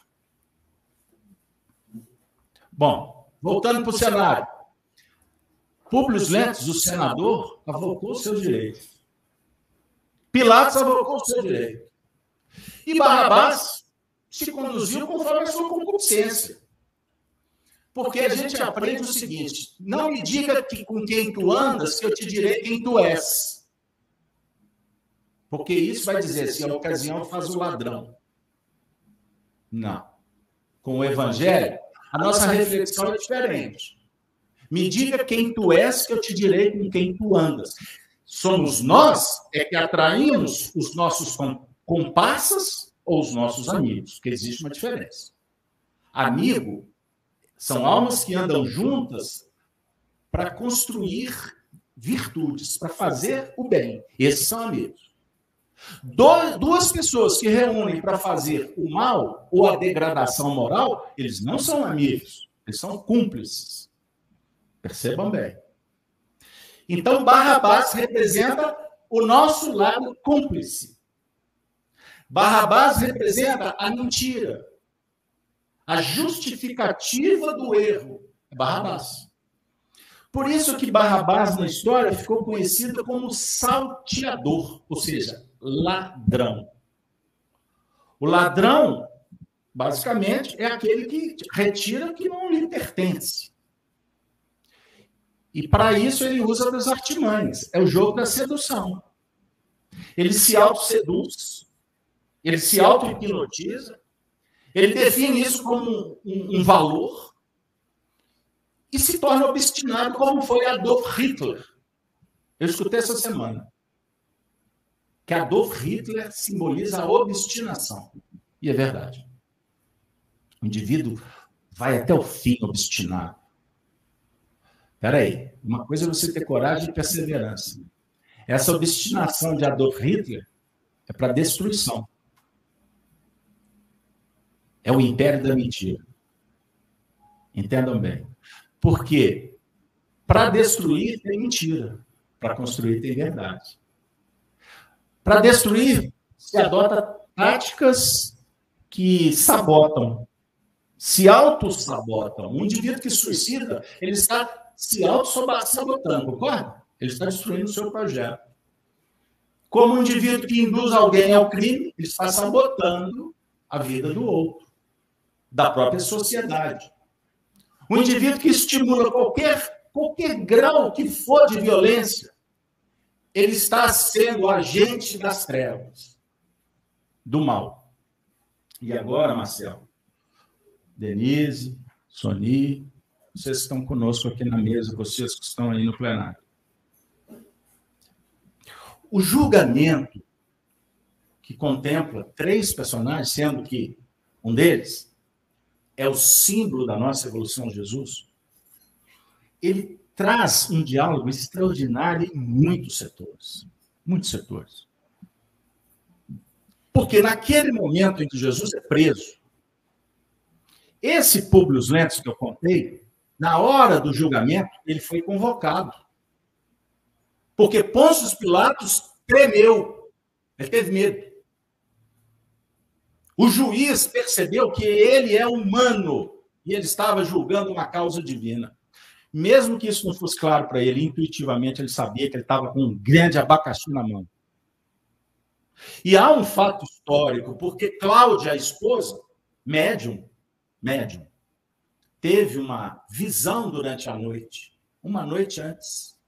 Bom, voltando para o cenário. Públio Lentz, o senador, avocou o seu direito. Pilatos avocou o seu direito. E Barrabás se conduziu conforme a sua concupiscência. Porque a gente aprende o seguinte: não me diga que com quem tu andas, que eu te direi quem tu és. Porque isso vai dizer se a ocasião faz o ladrão. Não. Com o Evangelho, a nossa reflexão é diferente. Me diga quem tu és, que eu te direi com quem tu andas. Somos nós é que atraímos os nossos comparsas ou os nossos amigos, porque existe uma diferença. Amigo são almas que andam juntas para construir virtudes, para fazer o bem. Esses são amigos. Duas pessoas que reúnem para fazer o mal ou a degradação moral, eles não são amigos, eles são cúmplices. Percebam bem. Então, Barrabás representa o nosso lado cúmplice. Barrabás representa a mentira, a justificativa do erro. Barrabás. Por isso que Barrabás na história ficou conhecido como salteador, ou seja, ladrão. O ladrão, basicamente, é aquele que retira o que não lhe pertence. E para isso ele usa das artimanhas. É o jogo da sedução. Ele se autosseduz, ele se auto-hipnotiza, ele define isso como um, um valor e se torna obstinado, como foi Adolf Hitler. Eu escutei essa semana que Adolf Hitler simboliza a obstinação. E é verdade. O indivíduo vai até o fim obstinado. Espera aí, uma coisa é você ter coragem e perseverança. Essa obstinação de Adolf Hitler é para destruição. É o império da mentira. Entendam bem. Porque para destruir tem mentira, para construir tem verdade. Para destruir se adota táticas que sabotam, se auto-sabotam. Um indivíduo que suicida, ele está se auto-sabotando, concorda? Ele está destruindo o seu projeto. Como um indivíduo que induz alguém ao crime, ele está sabotando a vida do outro, da própria sociedade. Um indivíduo que estimula qualquer, qualquer grau que for de violência, ele está sendo agente das trevas, do mal. E agora, Marcelo, Denise, Soni, vocês estão conosco aqui na mesa, vocês que estão aí no plenário. O julgamento, que contempla três personagens, sendo que um deles é o símbolo da nossa evolução, Jesus, ele traz um diálogo extraordinário em muitos setores. Muitos setores. Porque naquele momento em que Jesus é preso, esse Públio Lentulus que eu contei, na hora do julgamento, ele foi convocado. Porque Pôncio Pilatos tremeu. Ele teve medo. O juiz percebeu que ele é humano e ele estava julgando uma causa divina. Mesmo que isso não fosse claro para ele, intuitivamente ele sabia que ele estava com um grande abacaxi na mão. E há um fato histórico, porque Cláudia, a esposa, médium, médium, teve uma visão durante a noite, uma noite antes.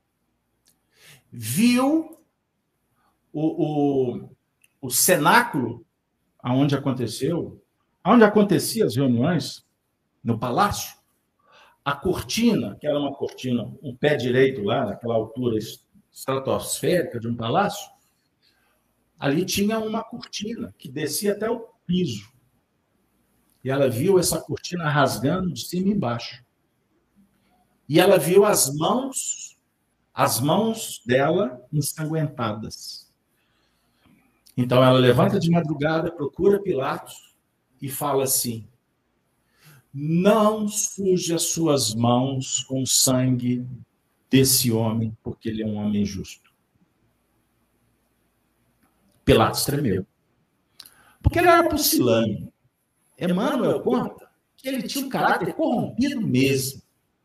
Viu o, o, o cenáculo onde aconteceu, onde aconteciam as reuniões, no palácio, a cortina, que era uma cortina, um pé direito lá, naquela altura estratosférica de um palácio, ali tinha uma cortina que descia até o piso. E ela viu essa cortina rasgando de cima e embaixo. E ela viu as mãos, as mãos dela ensanguentadas. Então ela levanta de madrugada, procura Pilatos e fala assim: não suje as suas mãos com o sangue desse homem, porque ele é um homem justo. Pilatos tremeu. Porque ele era pusilânime. Emmanuel conta que ele tinha um caráter corrompido mesmo.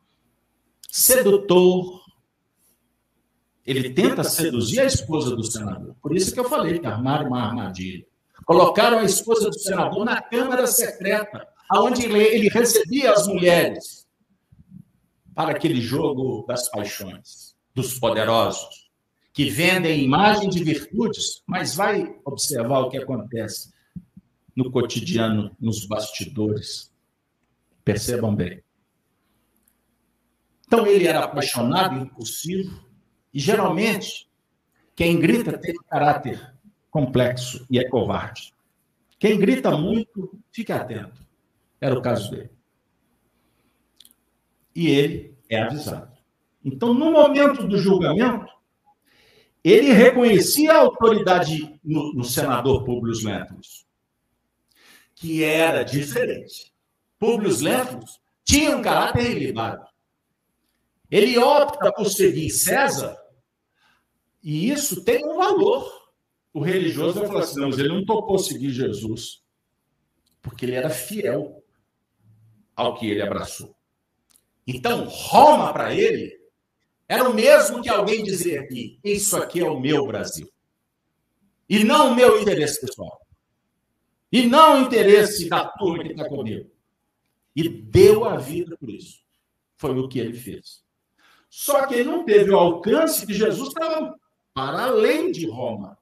Sedutor. Ele tenta seduzir a esposa do senador. Por isso que eu falei que armaram uma armadilha. Colocaram a esposa do senador na câmara secreta, onde ele recebia as mulheres. para aquele jogo das paixões, dos poderosos, que vendem imagem de virtudes, mas vai observar o que acontece no cotidiano, nos bastidores. Percebam bem. Então, ele era apaixonado, impulsivo, e geralmente, quem grita tem caráter complexo e é covarde. Quem grita muito, fique atento. Era o caso dele. E ele é avisado. Então, no momento do julgamento, ele reconhecia a autoridade no, no senador Públio Lentulus, que era diferente. Públio Lentulus tinha um caráter ilibado. Ele opta por seguir César, e isso tem um valor. O religioso vai falar assim, não, mas ele não topou seguir Jesus, porque ele era fiel ao que ele abraçou. Então, Roma, para ele, era o mesmo que alguém dizer aqui, isso aqui é o meu Brasil. E não o meu interesse pessoal. E não o interesse da turma que está comigo. E deu a vida por isso. Foi o que ele fez. Só que ele não teve o alcance que Jesus estava para além de Roma.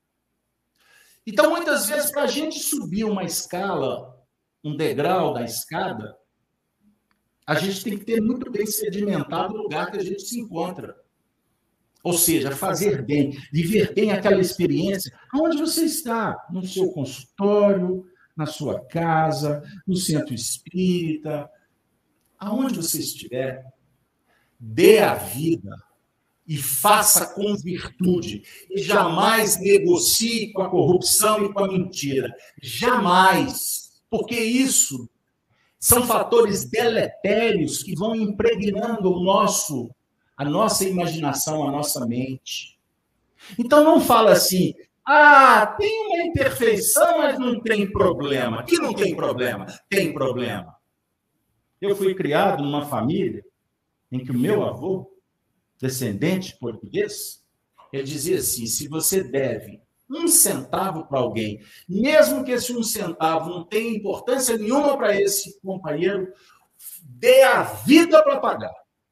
Então, muitas vezes, para a gente subir uma escala, um degrau da escada, a gente tem que ter muito bem sedimentado o lugar que a gente se encontra. Ou seja, fazer bem, viver bem aquela experiência. Onde você está? No seu consultório, na sua casa, no centro espírita, aonde você estiver, dê a vida e faça com virtude. E jamais negocie com a corrupção e com a mentira. Jamais. Porque isso são fatores deletérios que vão impregnando o nosso, a nossa imaginação, a nossa mente. Então não fala assim, ah, tem uma imperfeição, mas não tem problema. Que não tem problema? Tem problema. Eu fui criado numa família em que o meu avô, descendente português, ele dizia assim, se você deve um centavo para alguém, mesmo que esse um centavo não tenha importância nenhuma para esse companheiro, dê a vida para pagar.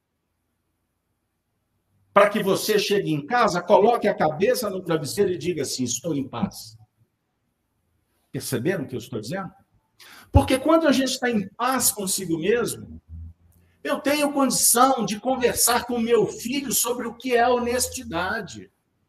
Para que você chegue em casa, coloque a cabeça no travesseiro e diga assim, estou em paz. Perceberam o que eu estou dizendo? Porque quando a gente está em paz consigo mesmo, eu tenho condição de conversar com meu filho sobre o que é honestidade.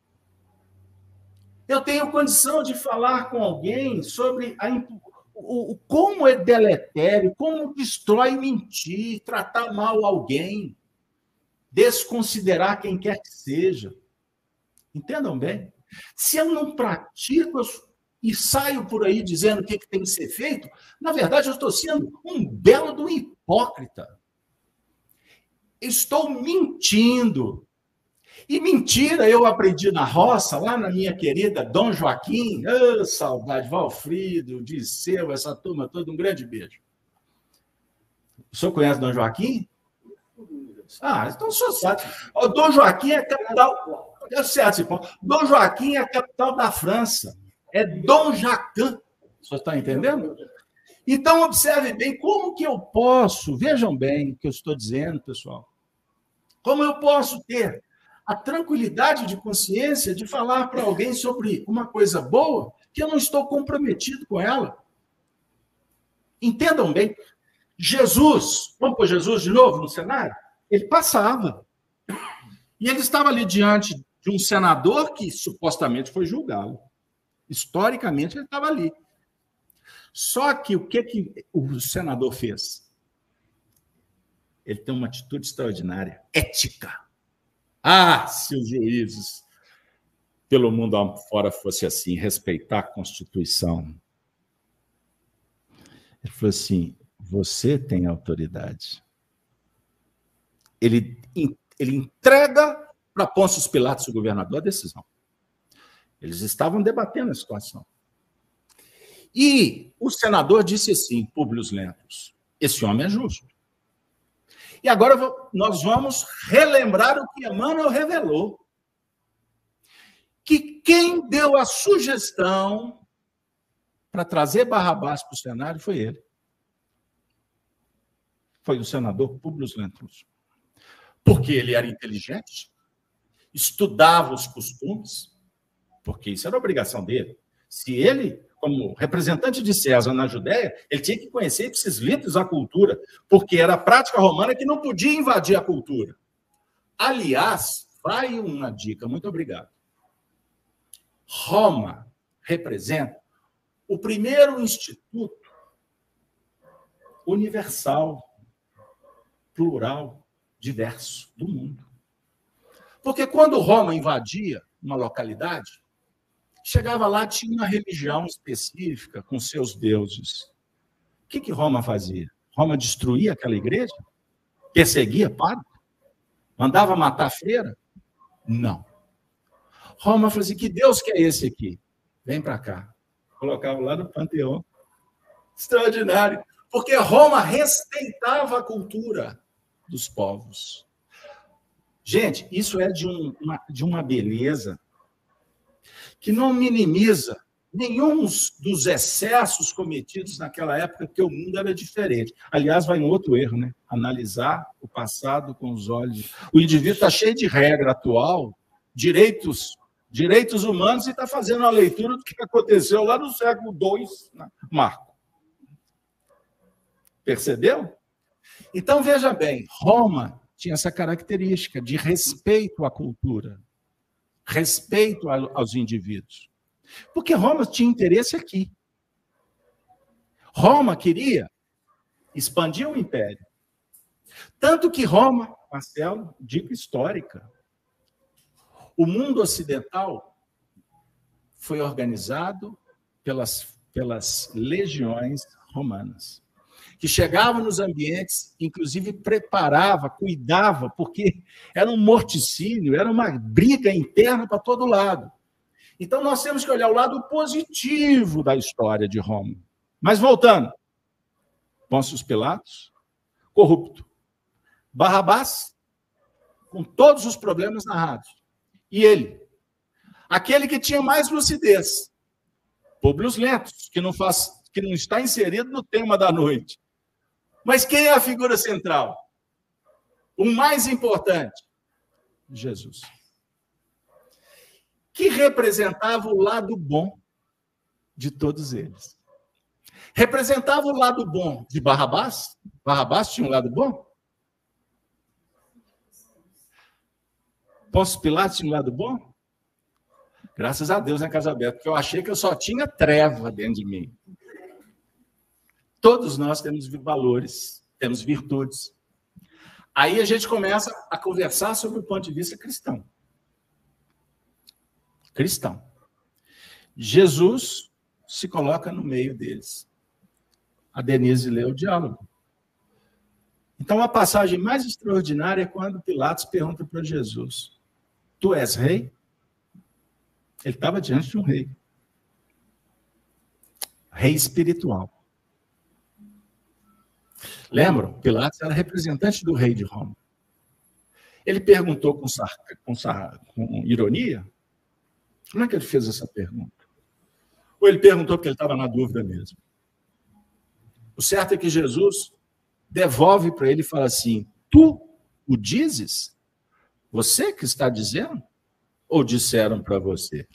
Eu tenho condição de falar com alguém sobre a, o, o, como é deletério, como destrói mentir, tratar mal alguém, desconsiderar quem quer que seja. Entendam bem? Se eu não pratico e saio por aí dizendo o que, que tem que ser feito, na verdade eu estou sendo um belo do hipócrita. Estou mentindo. E mentira eu aprendi na roça, lá na minha querida Dom Joaquim. Oh, saudade, Valfrido, Disseu, essa turma toda, um grande beijo. O senhor conhece Dom Joaquim? Ah, então o senhor sabe. O Dom Joaquim é a capital... É certo, Cipó. Dom Joaquim é a capital da França. É Dom Jacan. O senhor está entendendo? Então, observe bem como que eu posso, vejam bem o que eu estou dizendo, pessoal, como eu posso ter a tranquilidade de consciência de falar para alguém sobre uma coisa boa que eu não estou comprometido com ela. Entendam bem, Jesus, vamos pôr Jesus de novo no cenário? Ele passava. E ele estava ali diante de um senador que supostamente foi julgá-lo. Historicamente, ele estava ali. Só que o que, que o senador fez? Ele tem uma atitude extraordinária, ética. Ah, se os juízes pelo mundo afora fosse assim, respeitar a Constituição. Ele falou assim, você tem autoridade. Ele, ele entrega para Pôncio Pilatos, o governador, a decisão. Eles estavam debatendo a situação. E o senador disse assim, Públio Lentulus, esse homem é justo. E agora nós vamos relembrar o que Emmanuel revelou. Que quem deu a sugestão para trazer Barrabás para o cenário foi ele. Foi o senador Públio Lentulus. porque ele era inteligente, estudava os costumes, porque isso era obrigação dele. Se ele, como representante de César na Judéia, ele tinha que conhecer esses litros a cultura, porque era a prática romana que não podia invadir a cultura. Aliás, vai uma dica, muito obrigado. Roma representa o primeiro instituto universal, plural, diverso do mundo. Porque quando Roma invadia uma localidade, chegava lá, tinha uma religião específica com seus deuses. O que, que Roma fazia? Roma destruía aquela igreja? Perseguia padre? Mandava matar freira? Não. Roma falou assim, que Deus que é esse aqui? Vem para cá. Colocava lá no panteão. Extraordinário. Porque Roma respeitava a cultura dos povos. Gente, isso é de, um, uma, de uma beleza que não minimiza nenhum dos excessos cometidos naquela época, porque o mundo era diferente. Aliás, vai um outro erro, né? Analisar o passado com os olhos. O indivíduo está cheio de regra atual, direitos, direitos humanos, e está fazendo uma leitura do que aconteceu lá no século dois, né? Marco. Percebeu? Então, veja bem, Roma tinha essa característica de respeito à cultura, respeito aos indivíduos. Porque Roma tinha interesse aqui. Roma queria expandir o império. Tanto que Roma, Marcelo, dica histórica, o mundo ocidental foi organizado pelas, pelas legiões romanas, que chegavam nos ambientes, inclusive preparava, cuidava, porque era um morticínio, era uma briga interna para todo lado. Então, nós temos que olhar o lado positivo da história de Roma. Mas, voltando, Pôncio Pilatos, corrupto. Barrabás, com todos os problemas narrados. E ele, aquele que tinha mais lucidez, Públio Lento, que não, faz, que não está inserido no tema da noite. Mas quem é a figura central? O mais importante? Jesus. Que representava o lado bom de todos eles. Representava o lado bom de Barrabás? Barrabás tinha um lado bom? Pôncio Pilatos tinha um lado bom? Graças a Deus, né, Casalberto? Porque eu achei que eu só tinha treva dentro de mim. Todos nós temos valores, temos virtudes. Aí a gente começa a conversar sobre o ponto de vista cristão. Cristão. Jesus se coloca no meio deles. A Denise lê o diálogo. Então, a passagem mais extraordinária é quando Pilatos pergunta para Jesus, tu és rei? Ele estava diante de um rei. Rei espiritual. Lembram? Pilatos era representante do rei de Roma. Ele perguntou com, sar... com, sar... com ironia. Como é que ele fez essa pergunta? Ou ele perguntou porque ele estava na dúvida mesmo? O certo é que Jesus devolve para ele e fala assim, tu o dizes? Você que está dizendo? Ou disseram para você?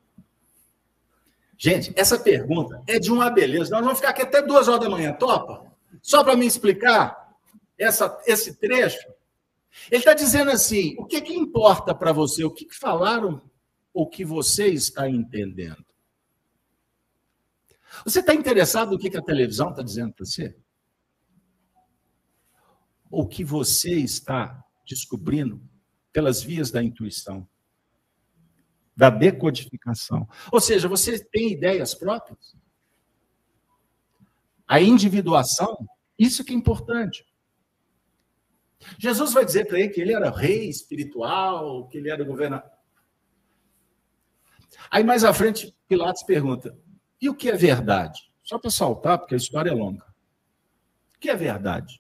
Gente, essa pergunta é de uma beleza. Nós vamos ficar aqui até duas horas da manhã, topa? Só para me explicar essa, esse trecho. Ele está dizendo assim, o que, que importa para você? O que, que falaram? O que você está entendendo? Você está interessado no que, que a televisão está dizendo para você? O que você está descobrindo pelas vias da intuição, da decodificação. Ou seja, você tem ideias próprias? A individuação, isso que é importante. Jesus vai dizer para ele que ele era rei espiritual, que ele era governador. Aí, mais à frente, Pilatos pergunta, e o que é verdade? Só para saltar, porque a história é longa. O que é verdade?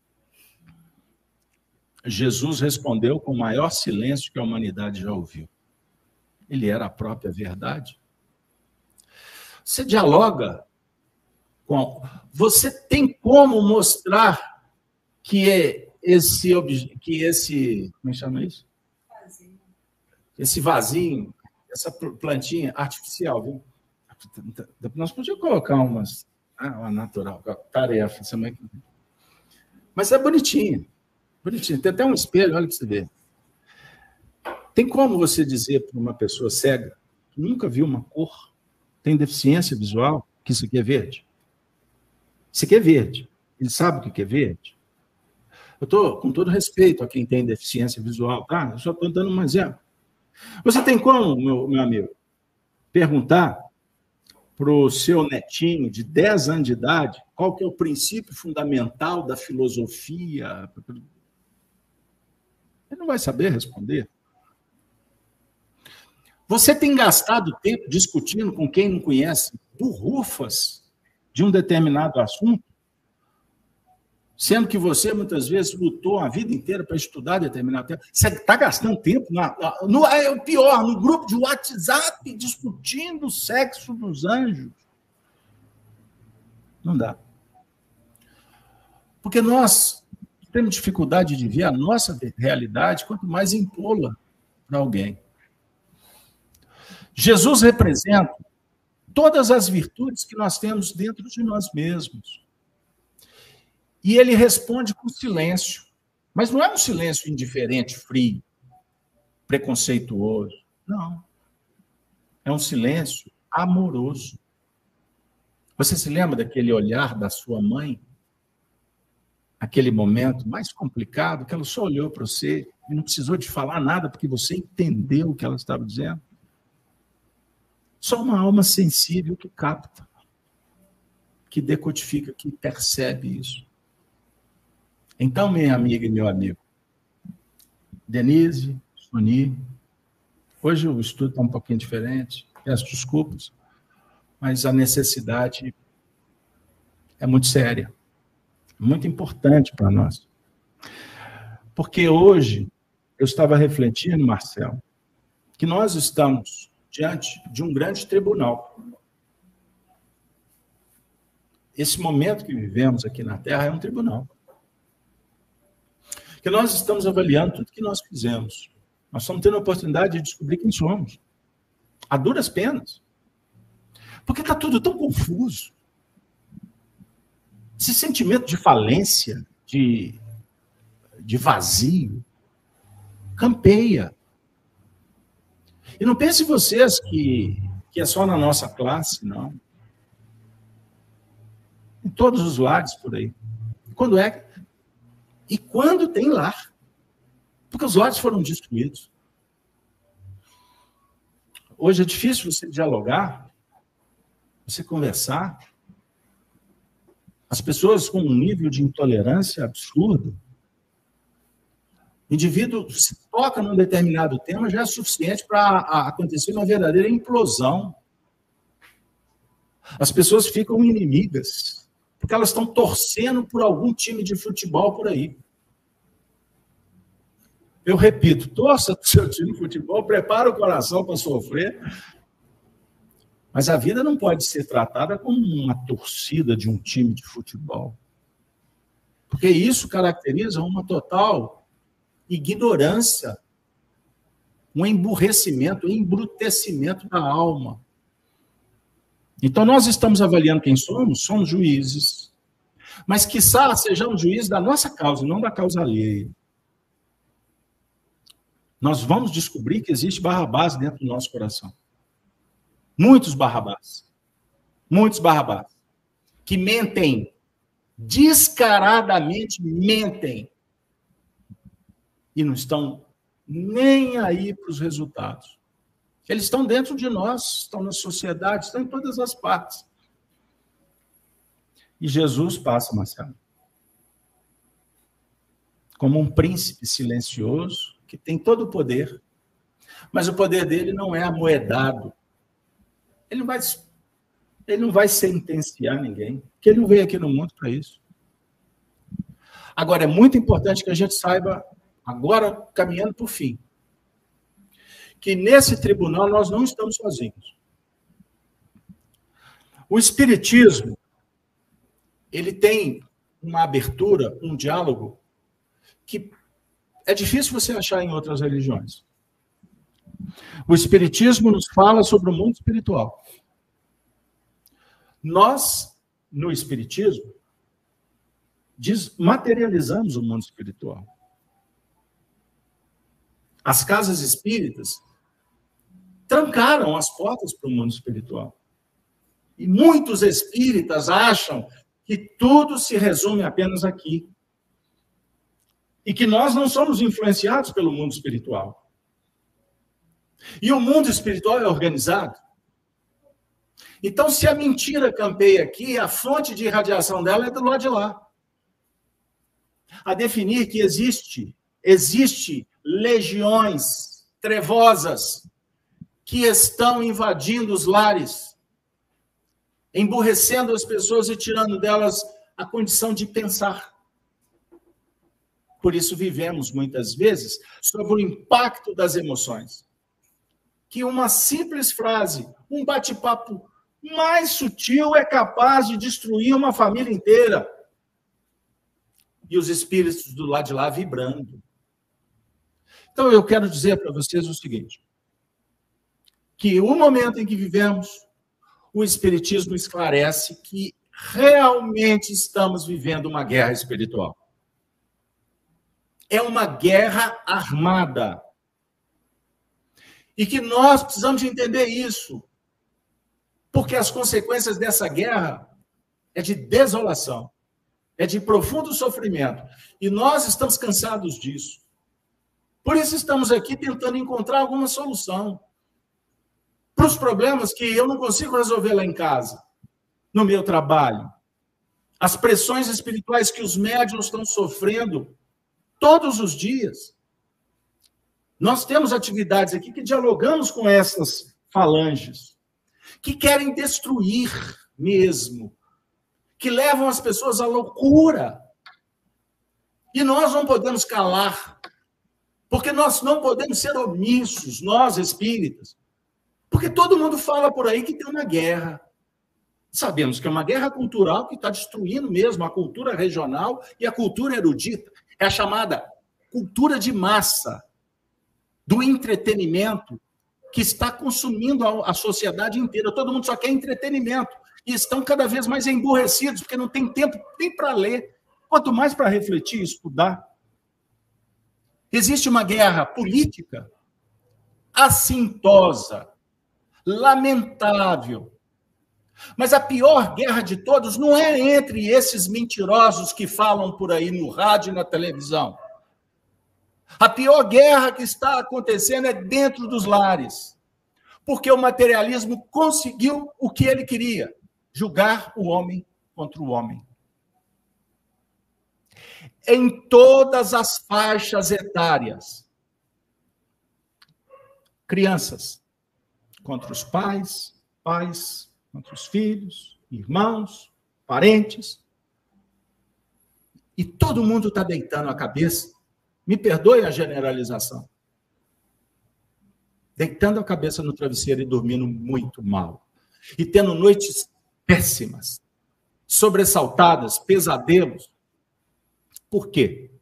Jesus respondeu com o maior silêncio que a humanidade já ouviu. Ele era a própria verdade. Você dialoga com... Você tem como mostrar que é, esse, que esse, como é que chama isso? Vazinho. Esse vasinho, essa plantinha artificial, viu? Nós podíamos colocar umas, ah, uma natural, tarefa, mas é bonitinho, bonitinho. Tem até um espelho, olha para você ver. Tem como você dizer para uma pessoa cega que nunca viu uma cor, tem deficiência visual, que isso aqui é verde? Isso aqui é verde. Ele sabe o que é verde? Eu estou com todo respeito a quem tem deficiência visual, tá? Eu só estou dando um exemplo. Você tem como, meu, meu amigo, perguntar para o seu netinho de dez anos de idade qual que é o princípio fundamental da filosofia? Ele não vai saber responder. Você tem gastado tempo discutindo com quem não conhece burrufas de um determinado assunto, sendo que você, muitas vezes, lutou a vida inteira para estudar determinado tempo. Você está gastando tempo, na, no, é o pior, no grupo de WhatsApp, discutindo o sexo dos anjos. Não dá. Porque nós temos dificuldade de ver a nossa realidade, quanto mais impô-la para alguém. Jesus representa todas as virtudes que nós temos dentro de nós mesmos. E ele responde com silêncio. Mas não é um silêncio indiferente, frio, preconceituoso. Não. É um silêncio amoroso. Você se lembra daquele olhar da sua mãe? Aquele momento mais complicado, que ela só olhou para você e não precisou de falar nada, porque você entendeu o que ela estava dizendo? Só uma alma sensível que capta, que decodifica, que percebe isso. Então, minha amiga e meu amigo, Denise, Soni, hoje o estudo está um pouquinho diferente, peço desculpas, mas a necessidade é muito séria, muito importante para nós. Porque hoje, eu estava refletindo, Marcelo, que nós estamos diante de um grande tribunal. Esse momento que vivemos aqui na Terra é um tribunal. Que nós estamos avaliando tudo que nós fizemos. Nós estamos tendo a oportunidade de descobrir quem somos. A duras penas. Porque está tudo tão confuso. Esse sentimento de falência, de, de vazio, campeia. E não pense vocês que, que é só na nossa classe, não. Em todos os lares por aí. Quando é? E quando tem lar? Porque os lares foram destruídos. Hoje é difícil você dialogar, você conversar. As pessoas com um nível de intolerância absurdo. O indivíduo se toca num determinado tema, já é suficiente para acontecer uma verdadeira implosão. As pessoas ficam inimigas, porque elas estão torcendo por algum time de futebol por aí. Eu repito, torça para o seu time de futebol, prepara o coração para sofrer, mas a vida não pode ser tratada como uma torcida de um time de futebol, porque isso caracteriza uma total ignorância, um emburrecimento, um embrutecimento da alma. Então, nós estamos avaliando quem somos, somos juízes, mas, quiçá, sejamos juízes da nossa causa, não da causa alheia. Nós vamos descobrir que existe Barrabás dentro do nosso coração. Muitos Barrabás. Muitos Barrabás. Que mentem, descaradamente mentem, e não estão nem aí para os resultados. Eles estão dentro de nós, estão na sociedade, estão em todas as partes. E Jesus passa, Marcelo, como um príncipe silencioso, que tem todo o poder, mas o poder dele não é amoedado. Ele não vai, ele não vai sentenciar ninguém, porque ele não veio aqui no mundo para isso. Agora, é muito importante que a gente saiba, agora caminhando para o fim, que nesse tribunal nós não estamos sozinhos. O Espiritismo, ele tem uma abertura, um diálogo, que é difícil você achar em outras religiões. O Espiritismo nos fala sobre o mundo espiritual. Nós, no Espiritismo, materializamos o mundo espiritual. As casas espíritas trancaram as portas para o mundo espiritual. E muitos espíritas acham que tudo se resume apenas aqui. E que nós não somos influenciados pelo mundo espiritual. E o mundo espiritual é organizado. Então, se a mentira campeia aqui, a fonte de irradiação dela é do lado de lá. A definir que existe, existe legiões trevosas que estão invadindo os lares, emburrecendo as pessoas e tirando delas a condição de pensar. Por isso vivemos, muitas vezes, sob o impacto das emoções. Que uma simples frase, um bate-papo mais sutil é capaz de destruir uma família inteira. E os espíritos do lado de lá vibrando. Então, eu quero dizer para vocês o seguinte, que o momento em que vivemos, o Espiritismo esclarece que realmente estamos vivendo uma guerra espiritual. É uma guerra armada. E que nós precisamos de entender isso. Porque as consequências dessa guerra é de desolação, é de profundo sofrimento. E nós estamos cansados disso. Por isso estamos aqui tentando encontrar alguma solução para os problemas que eu não consigo resolver lá em casa, no meu trabalho. As pressões espirituais que os médiuns estão sofrendo todos os dias. Nós temos atividades aqui que dialogamos com essas falanges, que querem destruir mesmo, que levam as pessoas à loucura. E nós não podemos calar, porque nós não podemos ser omissos, nós espíritas, porque todo mundo fala por aí que tem uma guerra. Sabemos que é uma guerra cultural que está destruindo mesmo a cultura regional e a cultura erudita. É a chamada cultura de massa, do entretenimento, que está consumindo a, a sociedade inteira. Todo mundo só quer entretenimento. E estão cada vez mais emburrecidos, porque não tem tempo nem para ler, quanto mais para refletir e estudar. Existe uma guerra política assintosa, lamentável. Mas a pior guerra de todos não é entre esses mentirosos que falam por aí no rádio e na televisão. A pior guerra que está acontecendo é dentro dos lares. Porque o materialismo conseguiu o que ele queria: julgar o homem contra o homem. Em todas as faixas etárias. Crianças contra os pais, pais contra os filhos, irmãos, parentes. E todo mundo está deitando a cabeça. Me perdoe a generalização. Deitando a cabeça no travesseiro e dormindo muito mal. E tendo noites péssimas, sobressaltadas, pesadelos. Por quê?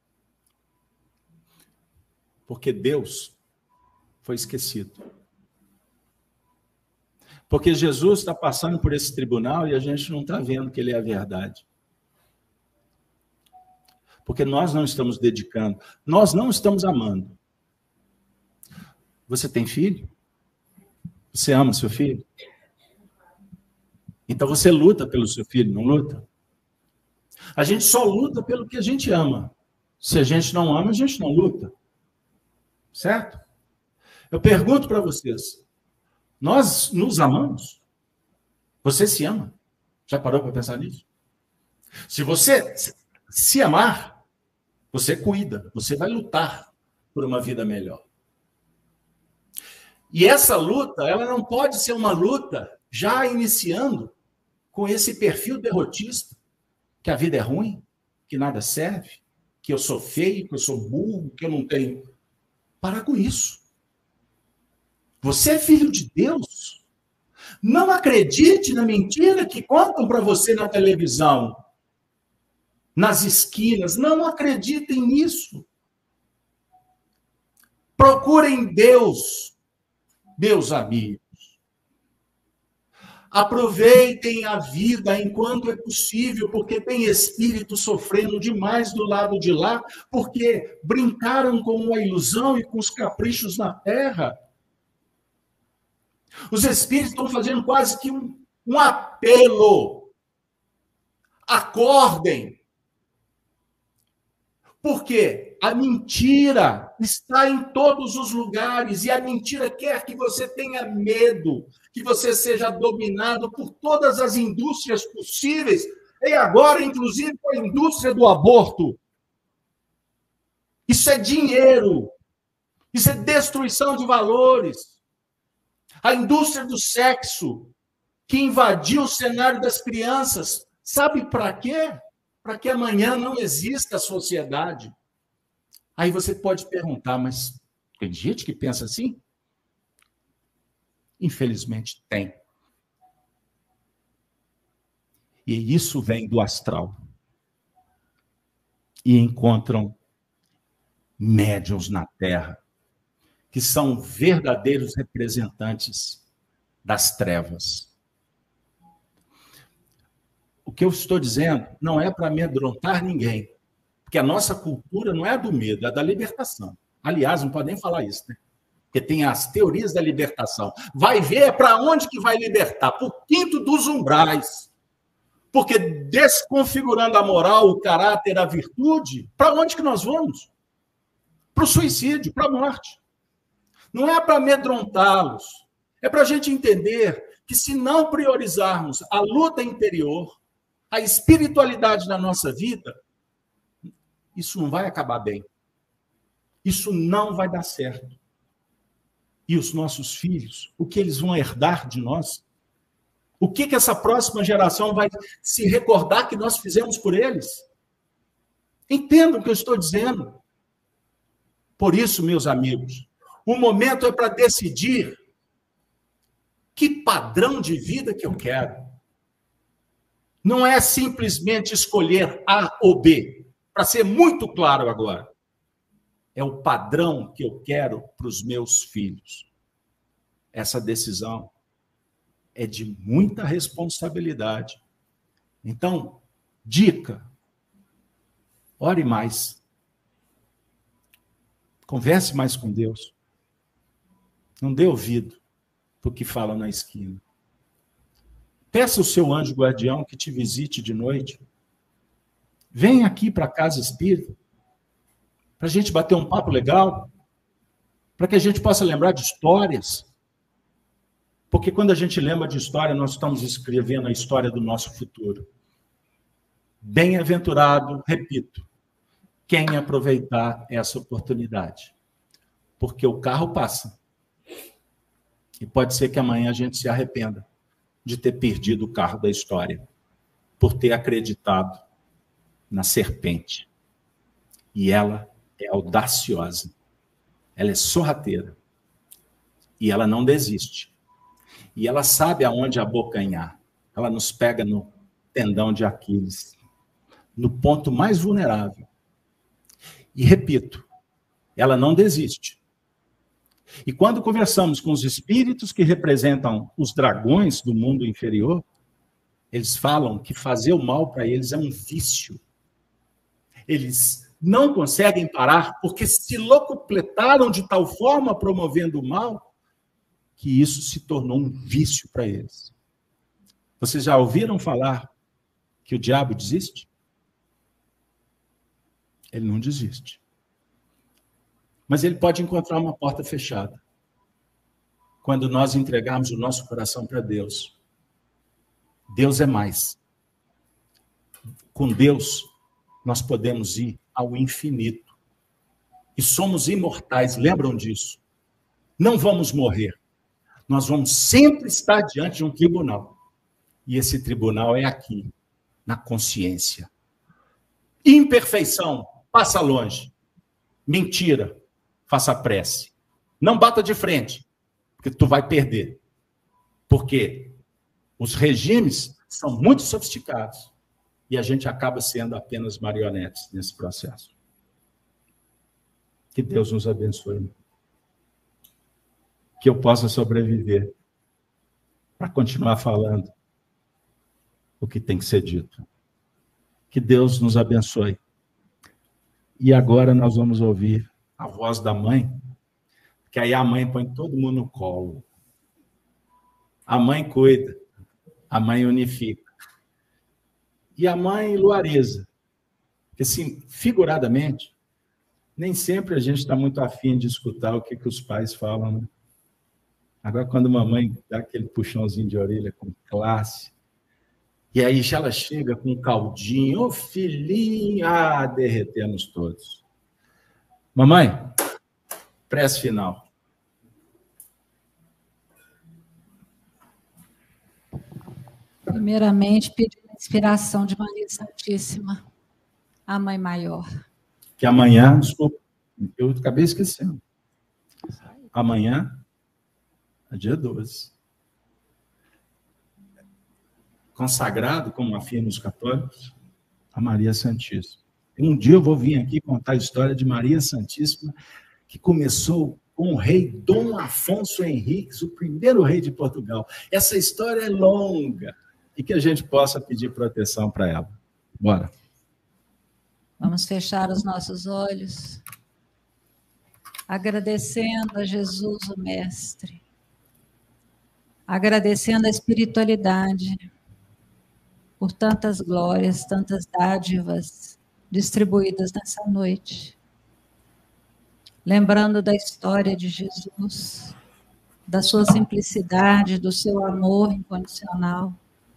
Porque Deus foi esquecido. Porque Jesus está passando por esse tribunal e a gente não está vendo que ele é a verdade. Porque nós não estamos dedicando, nós não estamos amando. Você tem filho? Você ama seu filho? Então você luta pelo seu filho, não luta? A gente só luta pelo que a gente ama. Se a gente não ama, a gente não luta. Certo? Eu pergunto para vocês, nós nos amamos? Você se ama? Já parou para pensar nisso? Se você se amar, você cuida, você vai lutar por uma vida melhor. E essa luta, ela não pode ser uma luta já iniciando com esse perfil derrotista, que a vida é ruim, que nada serve, que eu sou feio, que eu sou burro, que eu não tenho. Para com isso. Você é filho de Deus. Não acredite na mentira que contam para você na televisão. nas esquinas. Não acreditem nisso. Procurem Deus, meus amigos. Aproveitem a vida enquanto é possível, porque tem espírito sofrendo demais do lado de lá, porque brincaram com a ilusão e com os caprichos na terra. Os espíritos estão fazendo quase que um, um apelo. Acordem. Porque a mentira está em todos os lugares, e a mentira quer que você tenha medo, que você seja dominado por todas as indústrias possíveis, e agora, inclusive, a indústria do aborto. Isso é dinheiro, isso é destruição de valores. A indústria do sexo, que invadiu o cenário das crianças, sabe para quê? Para que amanhã não exista a sociedade. Aí você pode perguntar, mas tem gente que pensa assim? Infelizmente tem. E isso vem do astral. E encontram médiuns na Terra, que são verdadeiros representantes das trevas. O que eu estou dizendo não é para amedrontar ninguém, porque a nossa cultura não é do medo, é da libertação. Aliás, não podem falar isso, né? Porque tem as teorias da libertação. Vai ver para onde que vai libertar? Para o quinto dos umbrais. Porque desconfigurando a moral, o caráter, a virtude, para onde que nós vamos? Para o suicídio, para a morte. Não é para amedrontá-los. É para a gente entender que se não priorizarmos a luta interior, a espiritualidade na nossa vida, isso não vai acabar bem. Isso não vai dar certo. E os nossos filhos, o que eles vão herdar de nós? O que que essa próxima geração vai se recordar que nós fizemos por eles? Entendam o que eu estou dizendo. Por isso, meus amigos, o momento é para decidir que padrão de vida que eu quero. Não é simplesmente escolher A ou B. Para ser muito claro agora, é o padrão que eu quero para os meus filhos. Essa decisão é de muita responsabilidade. Então, dica, ore mais. Converse mais com Deus. Não dê ouvido para o que fala na esquina. Peça ao seu anjo guardião que te visite de noite. Vem aqui para a casa espírita, para a gente bater um papo legal, para que a gente possa lembrar de histórias. Porque quando a gente lembra de história, nós estamos escrevendo a história do nosso futuro. Bem-aventurado, repito, quem aproveitar essa oportunidade. Porque o carro passa. E pode ser que amanhã a gente se arrependa de ter perdido o carro da história, por ter acreditado na serpente. E ela é audaciosa. Ela é sorrateira. E ela não desiste. E ela sabe aonde abocanhar. Ela nos pega no tendão de Aquiles, no ponto mais vulnerável. E repito, ela não desiste. E quando conversamos com os espíritos que representam os dragões do mundo inferior, eles falam que fazer o mal para eles é um vício. Eles não conseguem parar porque se locupletaram de tal forma promovendo o mal que isso se tornou um vício para eles. Vocês já ouviram falar que o diabo desiste? Ele não desiste. Mas ele pode encontrar uma porta fechada. Quando nós entregarmos o nosso coração para Deus. Deus é mais. Com Deus, nós podemos ir ao infinito. E somos imortais, lembram disso? Não vamos morrer. Nós vamos sempre estar diante de um tribunal. E esse tribunal é aqui, na consciência. Imperfeição, passa longe. Mentira, faça prece. Não bata de frente, porque tu vai perder. Porque os regimes são muito sofisticados. E a gente acaba sendo apenas marionetes nesse processo. Que Deus nos abençoe. Que eu possa sobreviver para continuar falando o que tem que ser dito. Que Deus nos abençoe. E agora nós vamos ouvir a voz da mãe, que aí a mãe põe todo mundo no colo. A mãe cuida, a mãe unifica. E a mãe luariza. Porque, assim, figuradamente, nem sempre a gente está muito afim de escutar o que, que os pais falam, né? Agora, quando a mamãe dá aquele puxãozinho de orelha com classe, e aí já ela chega com um caldinho, ô filhinho, ah, derretemos todos. Mamãe, prece final. Primeiramente, pedir a inspiração de Maria Santíssima, a Mãe Maior. Que amanhã, desculpa, eu acabei esquecendo. Amanhã é dia doze. Consagrado, como afirmam os católicos, a Maria Santíssima. Um dia eu vou vir aqui contar a história de Maria Santíssima, que começou com o rei Dom Afonso Henriques, o primeiro rei de Portugal. Essa história é longa e que a gente possa pedir proteção para ela. Bora. Vamos fechar os nossos olhos, agradecendo a Jesus, o Mestre, agradecendo a espiritualidade por tantas glórias, tantas dádivas distribuídas nessa noite. Lembrando da história de Jesus, da sua simplicidade, do seu amor incondicional.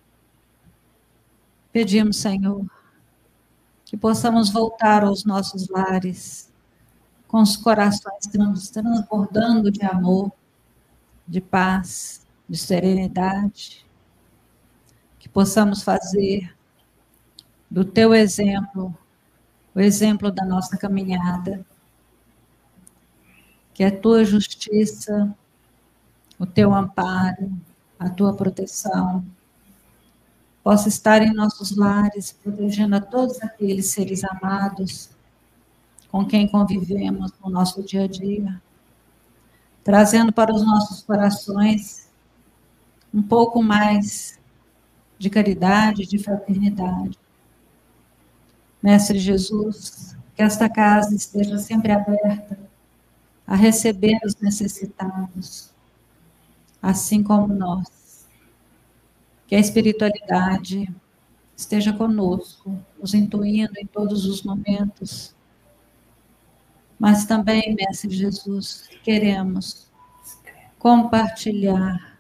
Pedimos, Senhor, que possamos voltar aos nossos lares com os corações transbordando de amor, de paz, de serenidade. Que possamos fazer do teu exemplo o exemplo da nossa caminhada. Que a tua justiça, o teu amparo, a tua proteção possa estar em nossos lares, protegendo a todos aqueles seres amados com quem convivemos no nosso dia a dia, trazendo para os nossos corações um pouco mais de caridade, de fraternidade. Mestre Jesus, que esta casa esteja sempre aberta a receber os necessitados, assim como nós. Que a espiritualidade esteja conosco, nos intuindo em todos os momentos. Mas também, Mestre Jesus, queremos compartilhar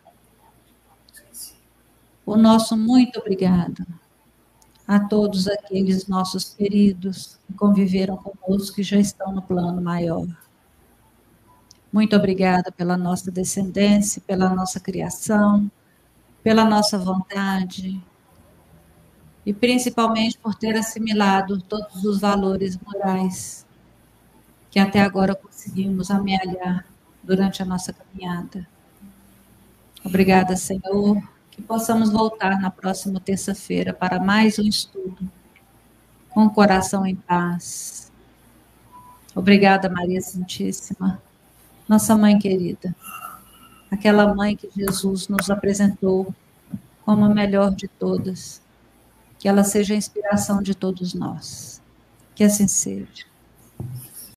o nosso muito obrigado a todos aqueles nossos queridos que conviveram conosco e já estão no plano maior. Muito obrigada pela nossa descendência, pela nossa criação, pela nossa vontade e principalmente por ter assimilado todos os valores morais que até agora conseguimos amealhar durante a nossa caminhada. Obrigada, Senhor, que possamos voltar na próxima terça-feira para mais um estudo, com o coração em paz. Obrigada, Maria Santíssima, nossa mãe querida, aquela mãe que Jesus nos apresentou como a melhor de todas, que ela seja a inspiração de todos nós. Que assim seja.